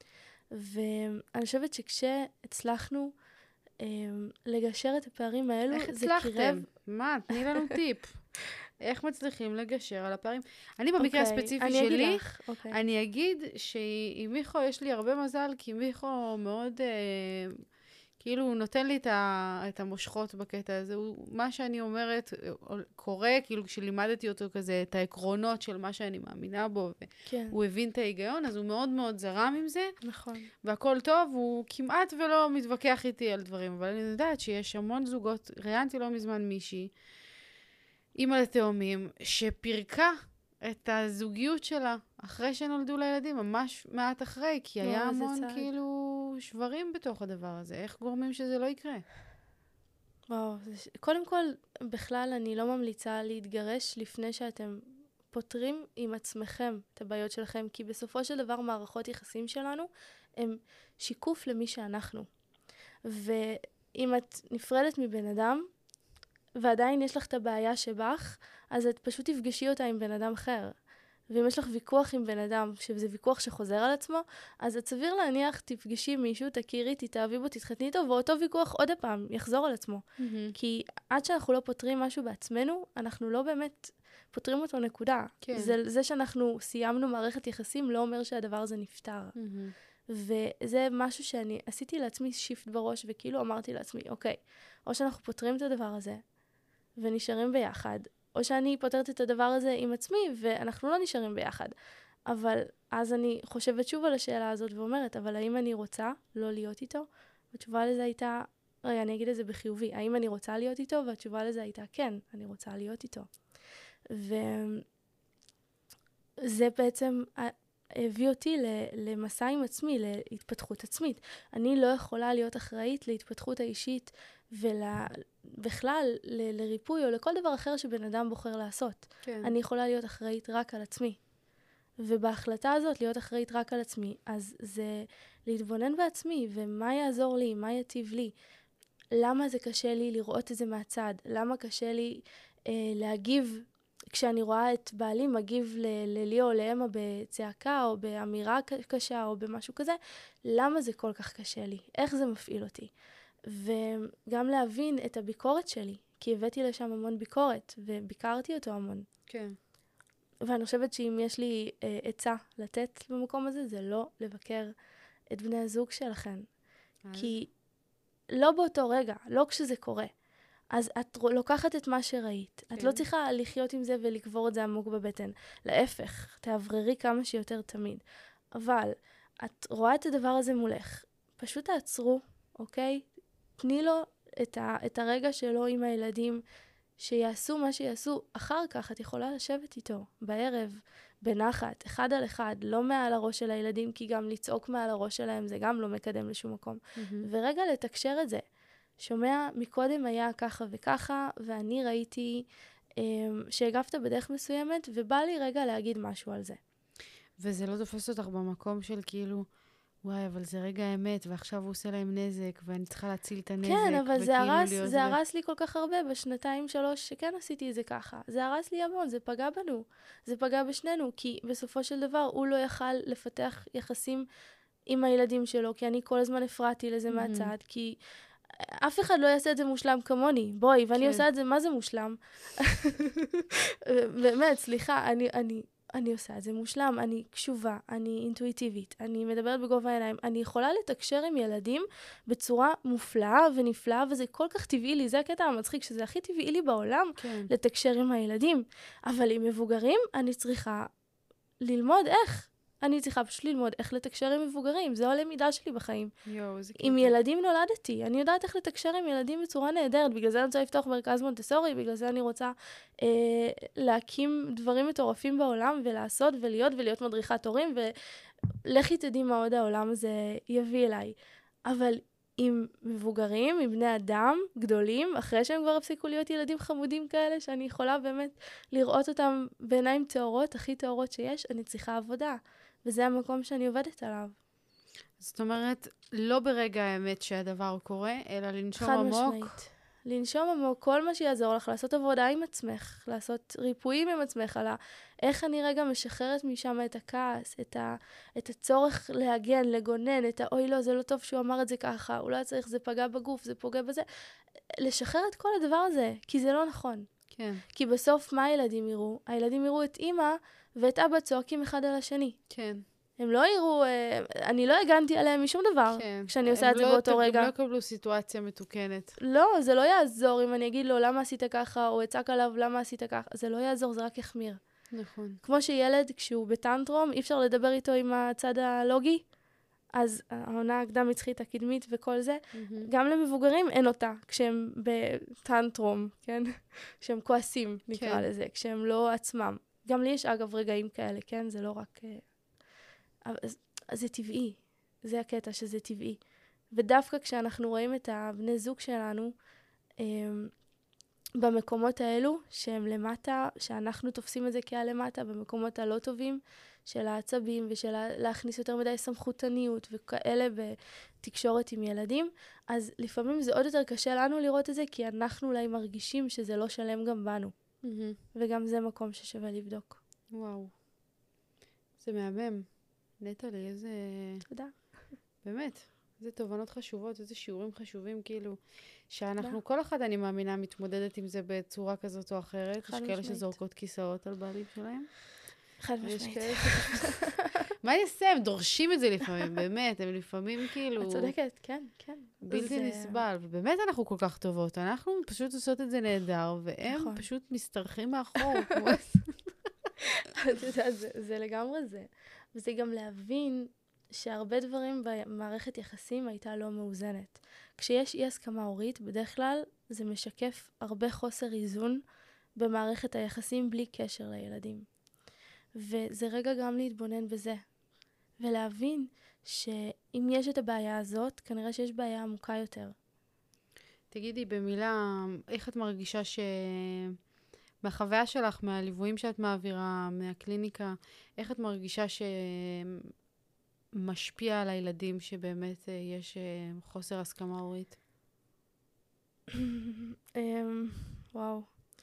ואני חושבת שכשהצלחנו אה, לגשר את הפערים האלו, איך זה הצלחתם? קירב... מה? תני לנו טיפ. איך מצליחים לגשר על הפערים? אני במקרה okay, הספציפי אני שלי, okay. אני אגיד שעם מיכו יש לי הרבה מזל, כי מיכו מאוד... אה, כאילו הוא נותן לי את, ה, את המושכות בקטע הזה, הוא, מה שאני אומרת קורה, כאילו כשלימדתי אותו כזה, את העקרונות של מה שאני מאמינה בו, כן. והוא הבין את ההיגיון, אז הוא מאוד מאוד זרם עם זה, נכון. והכל טוב, הוא כמעט ולא מתווכח איתי על דברים, אבל אני יודעת שיש המון זוגות, ראיינתי לא מזמן מישהי, אימא לתאומים, שפרקה את הזוגיות שלה, אחרי שנולדו לילדים, ממש מעט אחרי, כי היה המון כאילו שברים בתוך הדבר הזה. איך גורמים שזה לא יקרה? וואו, זה... קודם כל, בכלל אני לא ממליצה להתגרש לפני שאתם פותרים עם עצמכם את הבעיות שלכם, כי בסופו של דבר מערכות יחסים שלנו הם שיקוף למי שאנחנו. ואם את נפרדת מבן אדם, ועדיין יש לך את הבעיה שבך, אז את פשוט תפגשי אותה עם בן אדם אחר. ואם יש לך ויכוח עם בן אדם, שזה ויכוח שחוזר על עצמו, אז את סביר להניח, תפגשי מישהו, תכירי, תתאהבי בו, תתחתני איתו, ואותו ויכוח עוד הפעם יחזור על עצמו. Mm-hmm. כי עד שאנחנו לא פותרים משהו בעצמנו, אנחנו לא באמת פותרים אותו נקודה. כן. זה, זה שאנחנו סיימנו מערכת יחסים, לא אומר שהדבר הזה נפתר. Mm-hmm. וזה משהו שאני עשיתי לעצמי שיפט בראש, וכאילו אמרתי לעצמי, אוקיי, או שאנחנו פותרים את הדבר הזה, ונשארים ביחד, או שאני פותרת את הדבר הזה עם עצמי, ואנחנו לא נשארים ביחד. אבל אז אני חושבת שוב על השאלה הזאת ואומרת, אבל האם אני רוצה לא להיות איתו? התשובה לזה הייתה, רגע, אני אגיד את זה בחיובי, האם אני רוצה להיות איתו? והתשובה לזה הייתה, כן, אני רוצה להיות איתו. וזה בעצם הביא אותי למסע עם עצמי, להתפתחות עצמית. אני לא יכולה להיות אחראית להתפתחות האישית, ובכלל ל- לריפוי או לכל דבר אחר שבן אדם בוחר לעשות. כן. אני יכולה להיות אחראית רק על עצמי. ובהחלטה הזאת להיות אחראית רק על עצמי, אז זה להתבונן בעצמי, ומה יעזור לי, מה יטיב לי, למה זה קשה לי לראות את זה מהצד, למה קשה לי אה, להגיב, כשאני רואה את בעלי מגיב ל- ללי או לאמא בצעקה, או באמירה קשה, או במשהו כזה, למה זה כל כך קשה לי, איך זה מפעיל אותי. וגם להבין את הביקורת שלי, כי הבאתי לשם המון ביקורת, וביקרתי אותו המון. כן. ואני חושבת שאם יש לי אה, עצה לתת במקום הזה, זה לא לבקר את בני הזוג שלכם. אז... כי לא באותו רגע, לא כשזה קורה. אז את לוקחת את מה שראית. כן. את לא צריכה לחיות עם זה ולקבור את זה עמוק בבטן. להפך, תעבררי כמה שיותר תמיד. אבל את רואה את הדבר הזה מולך. פשוט תעצרו, אוקיי? תני לו את, ה, את הרגע שלו עם הילדים, שיעשו מה שיעשו. אחר כך את יכולה לשבת איתו בערב, בנחת, אחד על אחד, לא מעל הראש של הילדים, כי גם לצעוק מעל הראש שלהם זה גם לא מקדם לשום מקום. Mm-hmm. ורגע לתקשר את זה. שומע, מקודם היה ככה וככה, ואני ראיתי אה, שהגבת בדרך מסוימת, ובא לי רגע להגיד משהו על זה. וזה לא תופס אותך במקום של כאילו, וואי, אבל זה רגע האמת, ועכשיו הוא עושה להם נזק, ואני צריכה להציל את הנזק. כן, אבל זה הרס, זה הרס לי כל כך הרבה בשנתיים שלוש שכן עשיתי את זה ככה. זה הרס לי המון, זה פגע בנו. זה פגע בשנינו, כי בסופו של דבר הוא לא יכל לפתח יחסים עם הילדים שלו, כי אני כל הזמן הפרעתי לזה mm-hmm. מהצד, כי אף אחד לא יעשה את זה מושלם כמוני. בואי, ואני כן. עושה את זה, מה זה מושלם? באמת, סליחה, אני... אני אני עושה את זה מושלם, אני קשובה, אני אינטואיטיבית, אני מדברת בגובה העיניים, אני יכולה לתקשר עם ילדים בצורה מופלאה ונפלאה, וזה כל כך טבעי לי, זה הקטע המצחיק, שזה הכי טבעי לי בעולם, כן. לתקשר עם הילדים, אבל עם מבוגרים אני צריכה ללמוד איך, אני צריכה פשוט ללמוד איך לתקשר עם מבוגרים, זו הלמידה שלי בחיים. יו, זה עם ילדים נולדתי, אני יודעת איך לתקשר עם ילדים בצורה נהדרת, בגלל זה אני רוצה לפתוח מרכז מונטסורי, בגלל זה אני רוצה אה, להקים דברים מטורפים בעולם, ולעשות ולהיות ולהיות מדריכת הורים, ולכי תדעי מה עוד העולם הזה יביא אליי. אבל עם מבוגרים, עם בני אדם גדולים, אחרי שהם כבר הפסיקו להיות ילדים חמודים כאלה, שאני יכולה באמת לראות אותם בעיניים טהורות, הכי טהורות שיש, אני צריכה עבודה. וזה המקום שאני עובדת עליו. זאת אומרת, לא ברגע האמת שהדבר קורה, אלא לנשום עמוק. חד משמעית. לנשום עמוק, כל מה שיעזור לך, לעשות עבודה עם עצמך, לעשות ריפויים עם עצמך, על איך אני רגע משחררת משם את הכעס, את, ה, את הצורך להגן, לגונן, את האוי לא, זה לא טוב שהוא אמר את זה ככה, הוא לא צריך, זה פגע בגוף, זה פוגע בזה. לשחרר את כל הדבר הזה, כי זה לא נכון. כן. כי בסוף מה הילדים יראו? הילדים יראו את אמא ואת אבא צועקים אחד על השני. כן. הם לא יראו, אני לא הגנתי עליהם משום דבר, כן. כשאני עושה את זה באותו רגע. הם לא יקבלו סיטואציה מתוקנת. לא, זה לא יעזור אם אני אגיד לו למה עשית ככה, או אצעק עליו למה עשית ככה. זה לא יעזור, זה רק יחמיר. נכון. כמו שילד, כשהוא בטנטרום, אי אפשר לדבר איתו עם הצד הלוגי, אז העונה הקדם מצחית הקדמית וכל זה, mm-hmm. גם למבוגרים אין אותה, כשהם בטנטרום, כן? כשהם כועסים, נקרא כן. לזה, כשהם לא עצמם. גם לי יש אגב רגעים כאלה, כן? זה לא רק... אז, אז זה טבעי, זה הקטע שזה טבעי. ודווקא כשאנחנו רואים את הבני זוג שלנו, הם, במקומות האלו, שהם למטה, שאנחנו תופסים את זה כהלמטה, במקומות הלא טובים, של העצבים ושל להכניס יותר מדי סמכותניות וכאלה בתקשורת עם ילדים, אז לפעמים זה עוד יותר קשה לנו לראות את זה, כי אנחנו אולי מרגישים שזה לא שלם גם בנו. Mm-hmm. וגם זה מקום ששווה לבדוק. וואו. זה מהמם. נטלי, איזה... תודה. באמת, איזה תובנות חשובות, איזה שיעורים חשובים, כאילו, שאנחנו, כל אחד, אני מאמינה, מתמודדת עם זה בצורה כזאת או אחרת. יש כאלה שזורקות כיסאות על בעלים שלהם. חד משמעית. מה אני אעשה? הם דורשים את זה לפעמים, באמת, הם לפעמים כאילו... את צודקת, כן, כן. בלתי זה... נסבל, ובאמת אנחנו כל כך טובות, אנחנו פשוט עושות את זה נהדר, והם נכון. פשוט מסתרכים מאחור. כמו... את יודעת, זה, זה לגמרי זה. וזה גם להבין שהרבה דברים במערכת יחסים הייתה לא מאוזנת. כשיש אי הסכמה הורית, בדרך כלל זה משקף הרבה חוסר איזון במערכת היחסים בלי קשר לילדים. וזה רגע גם להתבונן בזה. ולהבין שאם יש את הבעיה הזאת, כנראה שיש בעיה עמוקה יותר. תגידי במילה, איך את מרגישה שמהחוויה שלך, מהליוויים שאת מעבירה, מהקליניקה, איך את מרגישה שמשפיע על הילדים שבאמת יש חוסר הסכמה הורית? וואו.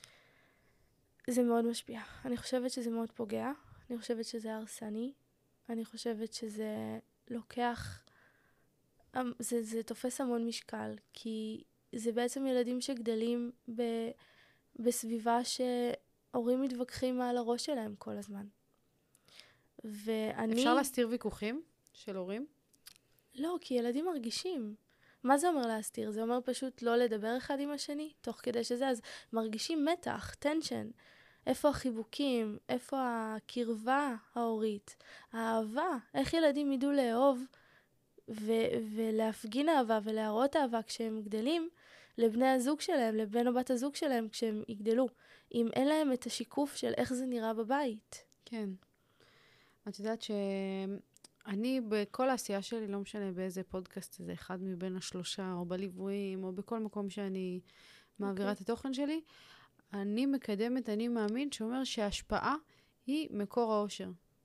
זה מאוד משפיע. אני חושבת שזה מאוד פוגע. אני חושבת שזה הרסני. אני חושבת שזה לוקח, זה, זה תופס המון משקל, כי זה בעצם ילדים שגדלים ב, בסביבה שהורים מתווכחים מעל הראש שלהם כל הזמן. ואני... אפשר להסתיר ויכוחים של הורים? לא, כי ילדים מרגישים. מה זה אומר להסתיר? זה אומר פשוט לא לדבר אחד עם השני, תוך כדי שזה, אז מרגישים מתח, טנשן. איפה החיבוקים? איפה הקרבה ההורית? האהבה? איך ילדים ידעו לאהוב ו- ולהפגין אהבה ולהראות אהבה כשהם גדלים לבני הזוג שלהם, לבן או בת הזוג שלהם כשהם יגדלו, אם אין להם את השיקוף של איך זה נראה בבית. כן. את יודעת שאני בכל העשייה שלי, לא משנה באיזה פודקאסט זה, אחד מבין השלושה, או בליוויים, או בכל מקום שאני מעבירה okay. את התוכן שלי, אני מקדמת, אני מאמין, שאומר שההשפעה היא מקור האושר.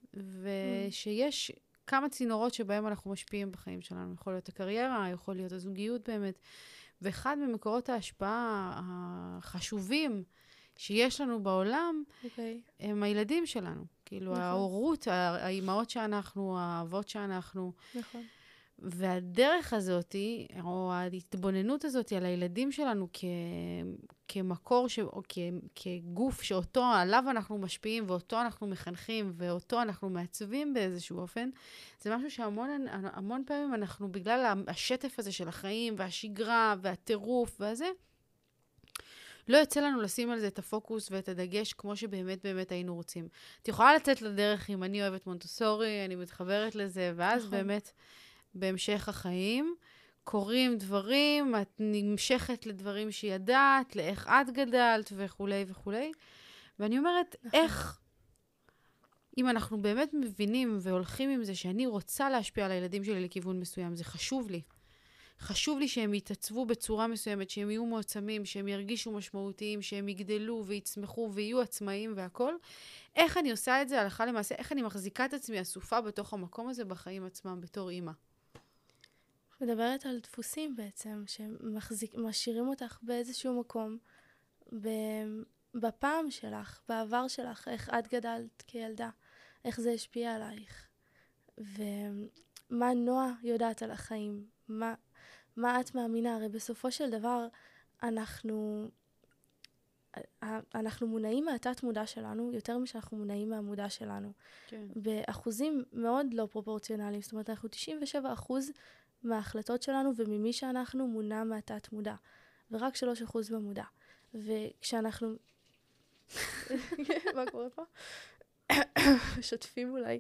ושיש כמה צינורות שבהם אנחנו משפיעים בחיים שלנו. יכול להיות הקריירה, יכול להיות הזוגיות באמת. ואחד ממקורות ההשפעה החשובים שיש לנו בעולם, okay. הם הילדים שלנו. כאילו נכון. ההורות, האימהות שאנחנו, האבות שאנחנו. נכון. והדרך הזאת, או ההתבוננות הזאת על הילדים שלנו כ, כמקור, ש, או כ, כגוף שאותו, עליו אנחנו משפיעים, ואותו אנחנו מחנכים, ואותו אנחנו מעצבים באיזשהו אופן, זה משהו שהמון המון פעמים אנחנו, בגלל השטף הזה של החיים, והשגרה, והטירוף, והזה, לא יוצא לנו לשים על זה את הפוקוס ואת הדגש כמו שבאמת באמת היינו רוצים. את יכולה לצאת לדרך אם אני אוהבת מונטסורי, אני מתחברת לזה, ואז נכון. באמת... בהמשך החיים, קוראים דברים, את נמשכת לדברים שידעת, לאיך את גדלת וכו' וכו'. ואני אומרת, נכון. איך, אם אנחנו באמת מבינים והולכים עם זה שאני רוצה להשפיע על הילדים שלי לכיוון מסוים, זה חשוב לי. חשוב לי שהם יתעצבו בצורה מסוימת, שהם יהיו מועצמים, שהם ירגישו משמעותיים, שהם יגדלו ויצמחו ויהיו עצמאיים והכל. איך אני עושה את זה הלכה למעשה? איך אני מחזיקה את עצמי אסופה בתוך המקום הזה בחיים עצמם בתור אימא? מדברת על דפוסים בעצם, שמשאירים אותך באיזשהו מקום, בפעם שלך, בעבר שלך, איך את גדלת כילדה, איך זה השפיע עלייך, ומה נועה יודעת על החיים, מה, מה את מאמינה, הרי בסופו של דבר אנחנו, אנחנו מונעים מהתת מודע שלנו, יותר משאנחנו מונעים מהמודע שלנו. כן. באחוזים מאוד לא פרופורציונליים, זאת אומרת, אנחנו תשעים ושבעה אחוז מההחלטות שלנו וממי שאנחנו מונע מהתת מודע, ורק שלושה אחוז במודע. וכשאנחנו... מה קורה פה? שותפים אולי.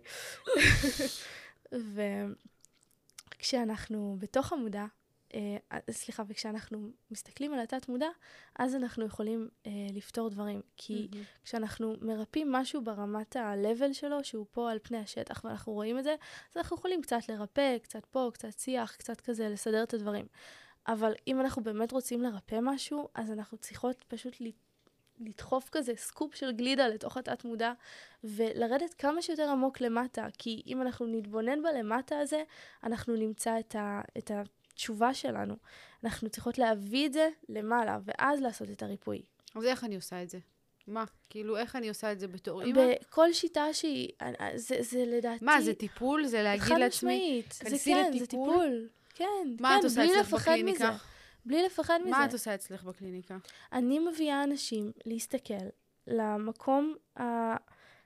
וכשאנחנו בתוך המודע, אה, סליחה, וכשאנחנו מסתכלים על התת מודע, אז אנחנו יכולים אה, לפתור דברים. כי mm-hmm. כשאנחנו מרפאים משהו ברמת ה-level שלו, שהוא פה על פני השטח, ואנחנו רואים את זה, אז אנחנו יכולים קצת לרפא, קצת פה, קצת שיח, קצת כזה, לסדר את הדברים. אבל אם אנחנו באמת רוצים לרפא משהו, אז אנחנו צריכות פשוט לדחוף כזה סקופ של גלידה לתוך התת מודע, ולרדת כמה שיותר עמוק למטה, כי אם אנחנו נתבונן בלמטה הזה, אנחנו נמצא את ה... את ה תשובה שלנו. אנחנו צריכות להביא את זה למעלה, ואז לעשות את הריפוי. אז איך אני עושה את זה? מה? כאילו, איך אני עושה את זה בתור אימא? בכל שיטה שהיא, זה, זה לדעתי... מה, זה טיפול? זה להגיד לעצמי? חד משמעית. זה כן, זה טיפול. כן, מה כן, את עושה אצלך בקליניקה? מזה. בלי לפחד מזה. מה את עושה אצלך בקליניקה? אני מביאה אנשים להסתכל למקום ה...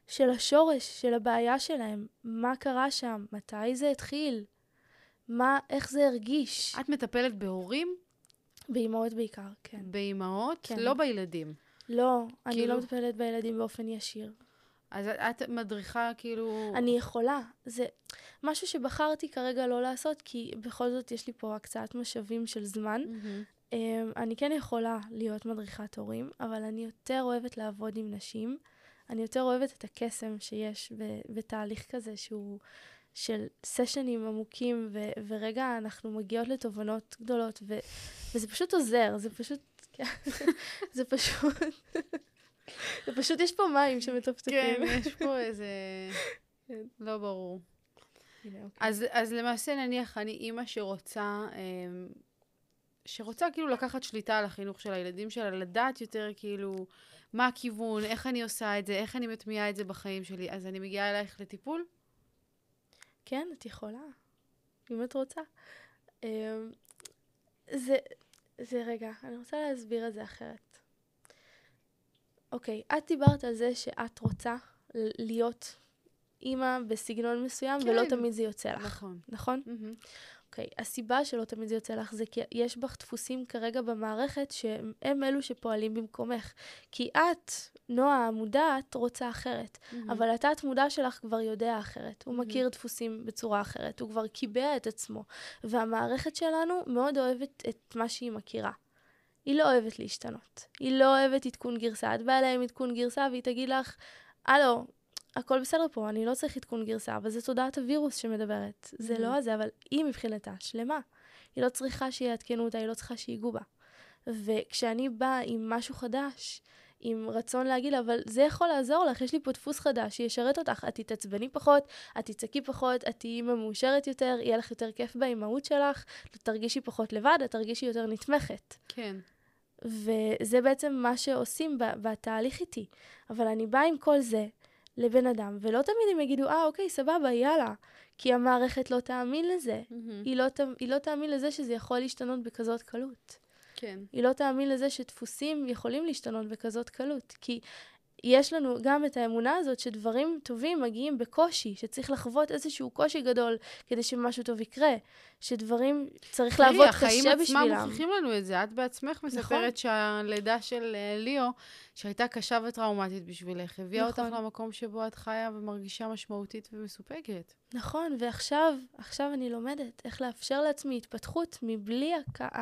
של השורש, של הבעיה שלהם. מה קרה שם? מתי זה התחיל? מה, איך זה הרגיש? את מטפלת בהורים? באימהות בעיקר, כן. באימהות? כן. לא בילדים. לא, אני כאילו... לא מטפלת בילדים באופן ישיר. אז את מדריכה כאילו... אני יכולה. זה משהו שבחרתי כרגע לא לעשות, כי בכל זאת יש לי פה הקצאת משאבים של זמן. Mm-hmm. Um, אני כן יכולה להיות מדריכת הורים, אבל אני יותר אוהבת לעבוד עם נשים. אני יותר אוהבת את הקסם שיש ב- בתהליך כזה שהוא של סשנים עמוקים, ו- ורגע אנחנו מגיעות לתובנות גדולות, ו- וזה פשוט עוזר, זה פשוט... זה פשוט... זה פשוט יש פה מים שמטפטפים. כן, יש פה איזה... לא ברור. אז, אז למעשה נניח אני אימא שרוצה, שרוצה כאילו לקחת שליטה על החינוך של הילדים שלה, לדעת יותר כאילו מה הכיוון, איך אני עושה את זה, איך אני מטמיעה את זה בחיים שלי. אז אני מגיעה אלייך לטיפול? כן, את יכולה, אם את רוצה. זה, זה רגע, אני רוצה להסביר את זה אחרת. אוקיי, את דיברת על זה שאת רוצה להיות אימא בסגנון מסוים, כן. ולא תמיד זה יוצא לך. נכון. נכון? Mm-hmm. אוקיי, הסיבה שלא תמיד זה יוצא לך זה כי יש בך דפוסים כרגע במערכת שהם אלו שפועלים במקומך. כי את, נועה, המודעת, רוצה אחרת. Mm-hmm. אבל התת מודע שלך כבר יודע אחרת. הוא mm-hmm. מכיר דפוסים בצורה אחרת. הוא כבר קיבע את עצמו. והמערכת שלנו מאוד אוהבת את מה שהיא מכירה. היא לא אוהבת להשתנות. היא לא אוהבת עדכון גרסה. את באה אליה עם עדכון גרסה והיא תגיד לך, הלו, הכל בסדר פה, אני לא צריך עדכון גרסה, אבל זה תודעת הווירוס שמדברת. Mm-hmm. זה לא זה, אבל היא מבחינתה שלמה. היא לא צריכה שיעדכנו אותה, היא לא צריכה שיגעו בה. וכשאני באה עם משהו חדש, עם רצון להגיד, אבל זה יכול לעזור לך, יש לי פה דפוס חדש שישרת אותך, את תתעצבני פחות, את תצעקי פחות, את תהיי מאושרת יותר, יהיה לך יותר כיף באימהות שלך, תרגישי פחות לבד, את תרגישי יותר נתמכת. כן. וזה בעצם מה שעושים בתהליך איתי. אבל אני באה עם כל זה לבן אדם, ולא תמיד הם יגידו, אה, אוקיי, סבבה, יאללה, כי המערכת לא תאמין לזה. Mm-hmm. היא, לא, היא לא תאמין לזה שזה יכול להשתנות בכזאת קלות. כן. היא לא תאמין לזה שדפוסים יכולים להשתנות בכזאת קלות, כי יש לנו גם את האמונה הזאת שדברים טובים מגיעים בקושי, שצריך לחוות איזשהו קושי גדול כדי שמשהו טוב יקרה, שדברים צריך לעבוד קשה בשבילם. החיים עצמם מוכיחים לנו את זה. את בעצמך מספרת שהלידה של ליאו, שהייתה קשה וטראומטית בשבילך, הביאה אותך למקום שבו את חיה ומרגישה משמעותית ומסופקת. נכון, ועכשיו, עכשיו אני לומדת איך לאפשר לעצמי התפתחות מבלי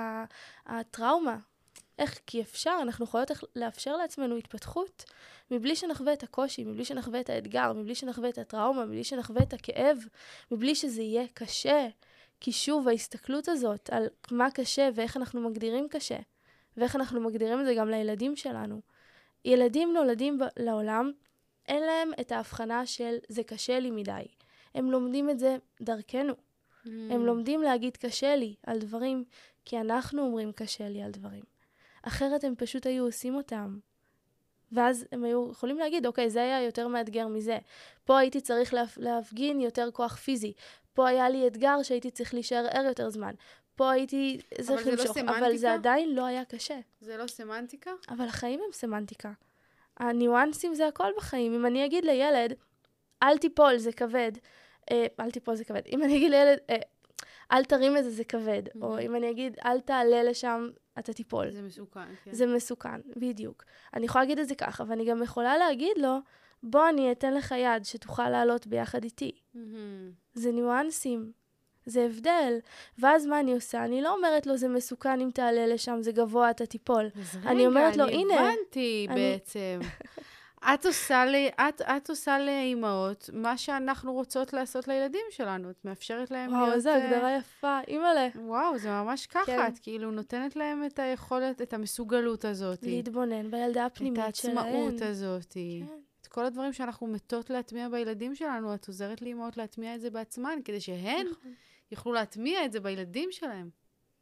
הטראומה. איך? כי אפשר, אנחנו יכולות לאפשר לעצמנו התפתחות מבלי שנחווה את הקושי, מבלי שנחווה את האתגר, מבלי שנחווה את הטראומה, מבלי שנחווה את הכאב, מבלי שזה יהיה קשה. כי שוב, ההסתכלות הזאת על מה קשה ואיך אנחנו מגדירים קשה, ואיך אנחנו מגדירים את זה גם לילדים שלנו. ילדים נולדים ב- לעולם, אין להם את ההבחנה של זה קשה לי מדי. הם לומדים את זה דרכנו. Mm. הם לומדים להגיד קשה לי על דברים, כי אנחנו אומרים קשה לי על דברים. אחרת הם פשוט היו עושים אותם. ואז הם היו יכולים להגיד, אוקיי, זה היה יותר מאתגר מזה. פה הייתי צריך לה, להפגין יותר כוח פיזי. פה היה לי אתגר שהייתי צריך להישאר ער יותר זמן. פה הייתי צריך למשוך. לא אבל זה עדיין לא היה קשה. זה לא סמנטיקה? אבל החיים הם סמנטיקה. הניואנסים זה הכל בחיים. אם אני אגיד לילד, אל תיפול, זה כבד. אה, אל תיפול, זה כבד. אם אני אגיד לילד, אה, אל תרים את זה, זה כבד. Mm-hmm. או אם אני אגיד, אל תעלה לשם, אתה תיפול. זה מסוכן, כן. זה מסוכן, בדיוק. אני יכולה להגיד את זה ככה, ואני גם יכולה להגיד לו, בוא אני אתן לך יד שתוכל לעלות ביחד איתי. Mm-hmm. זה ניואנסים, זה הבדל. ואז מה אני עושה? אני לא אומרת לו, זה מסוכן אם תעלה לשם, זה גבוה, אתה תיפול. רגע, אני אומרת לו, הנה. אני הבנתי אני... בעצם. את עושה, לי, את, את עושה לאימהות מה שאנחנו רוצות לעשות לילדים שלנו. את מאפשרת להם וואו, להיות... וואו, זו הגדרה יפה. אימא'לה. וואו, זה ממש ככה. כן. את כאילו נותנת להם את היכולת, את המסוגלות הזאת. להתבונן בילדה הפנימית שלהם. את העצמאות הזאת. כן. את כל הדברים שאנחנו מתות להטמיע בילדים שלנו, את עוזרת לאימהות להטמיע את זה בעצמן, כדי שהן נכון. יוכלו להטמיע את זה בילדים שלהם.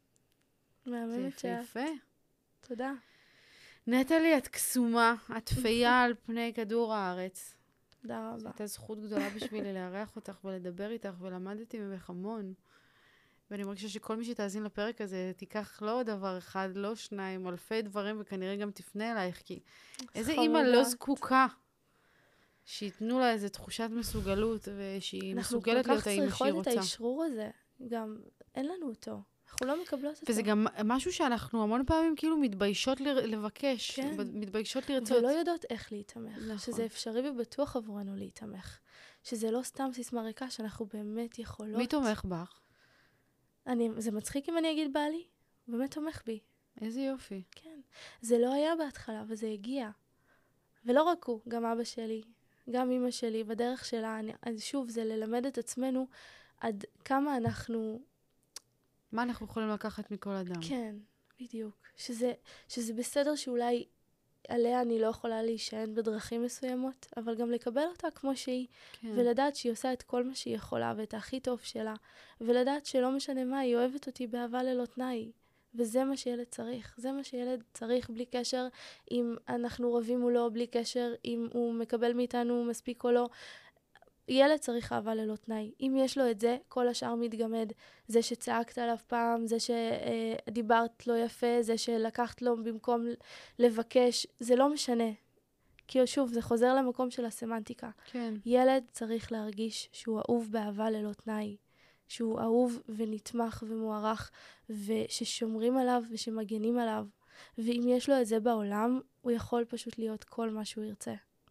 מאמנת זה יפה. תודה. נטלי, את קסומה, את פייה על פני כדור הארץ. תודה רבה. זו הייתה זכות גדולה בשבילי לארח אותך ולדבר איתך, ולמדתי ממך המון. ואני מרגישה שכל מי שתאזין לפרק הזה, תיקח לא דבר אחד, לא שניים, אלפי דברים, וכנראה גם תפנה אלייך, כי איזה אימא לא זקוקה שיתנו לה איזו תחושת מסוגלות, ושהיא מסוגלת להיות האמא שהיא רוצה. אנחנו כל כך צריכות את האשרור הזה. גם אין לנו אותו. אנחנו לא מקבלות אותו. וזה גם משהו שאנחנו המון פעמים כאילו מתביישות לבקש, כן. מתביישות לרצות. ולא יודעות איך להתאמך. נכון. שזה אפשרי ובטוח עבורנו להתאמך. שזה לא סתם סיסמה ריקה, שאנחנו באמת יכולות. מי תומך בך? אני, זה מצחיק אם אני אגיד בעלי, הוא באמת תומך בי. איזה יופי. כן. זה לא היה בהתחלה, וזה הגיע. ולא רק הוא, גם אבא שלי, גם אמא שלי, בדרך שלה. אני, אז שוב, זה ללמד את עצמנו עד כמה אנחנו... מה אנחנו יכולים לקחת מכל אדם. כן, בדיוק. שזה, שזה בסדר שאולי עליה אני לא יכולה להישען בדרכים מסוימות, אבל גם לקבל אותה כמו שהיא, כן. ולדעת שהיא עושה את כל מה שהיא יכולה, ואת הכי טוב שלה, ולדעת שלא משנה מה, היא אוהבת אותי באהבה ללא תנאי. וזה מה שילד צריך. זה מה שילד צריך בלי קשר אם אנחנו רבים או לא, בלי קשר אם הוא מקבל מאיתנו מספיק או לא. ילד צריך אהבה ללא תנאי. אם יש לו את זה, כל השאר מתגמד. זה שצעקת עליו פעם, זה שדיברת לא יפה, זה שלקחת לו במקום לבקש, זה לא משנה. כי שוב, זה חוזר למקום של הסמנטיקה. כן. ילד צריך להרגיש שהוא אהוב באהבה ללא תנאי. שהוא אהוב ונתמך ומוערך, וששומרים עליו ושמגנים עליו. ואם יש לו את זה בעולם, הוא יכול פשוט להיות כל מה שהוא ירצה.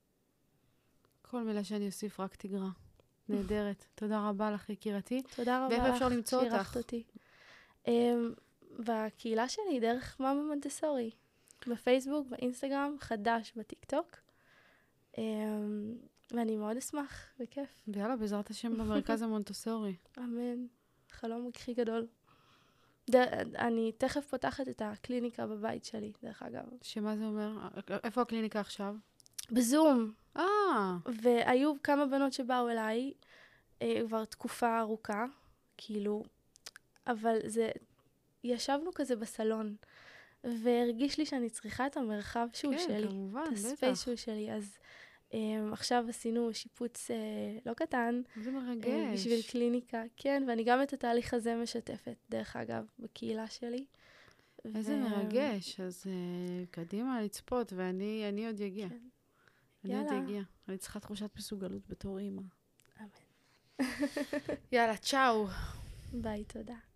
כל מילה שאני אוסיף רק תגרע. נהדרת. תודה רבה לך, יקירתי. תודה רבה לך. ואיפה אפשר למצוא אותך? שאירחת אותי. Um, בקהילה שלי, דרך מאמה מונטסורי. בפייסבוק, באינסטגרם, חדש בטיקטוק. Um, ואני מאוד אשמח, בכיף. ויאללה, בעזרת השם במרכז המונטסורי. אמן. חלום הכי גדול. ד... אני תכף פותחת את הקליניקה בבית שלי, דרך אגב. שמה זה אומר? איפה הקליניקה עכשיו? בזום. אה. והיו כמה בנות שבאו אליי, אה, כבר תקופה ארוכה, כאילו, אבל זה, ישבנו כזה בסלון, והרגיש לי שאני צריכה את המרחב שהוא כן, שלי. כן, כמובן, את בטח. הספייס שהוא שלי, אז אה, עכשיו עשינו שיפוץ אה, לא קטן. זה מרגש. אה, בשביל קליניקה, כן, ואני גם את התהליך הזה משתפת, דרך אגב, בקהילה שלי. איזה ו... מרגש, אז uh, קדימה לצפות, ואני אני עוד יגיע. כן. אני יאללה. עוד יגיע. אני צריכה תחושת מסוגלות בתור אימא. אמן. יאללה, צ'או. ביי, תודה.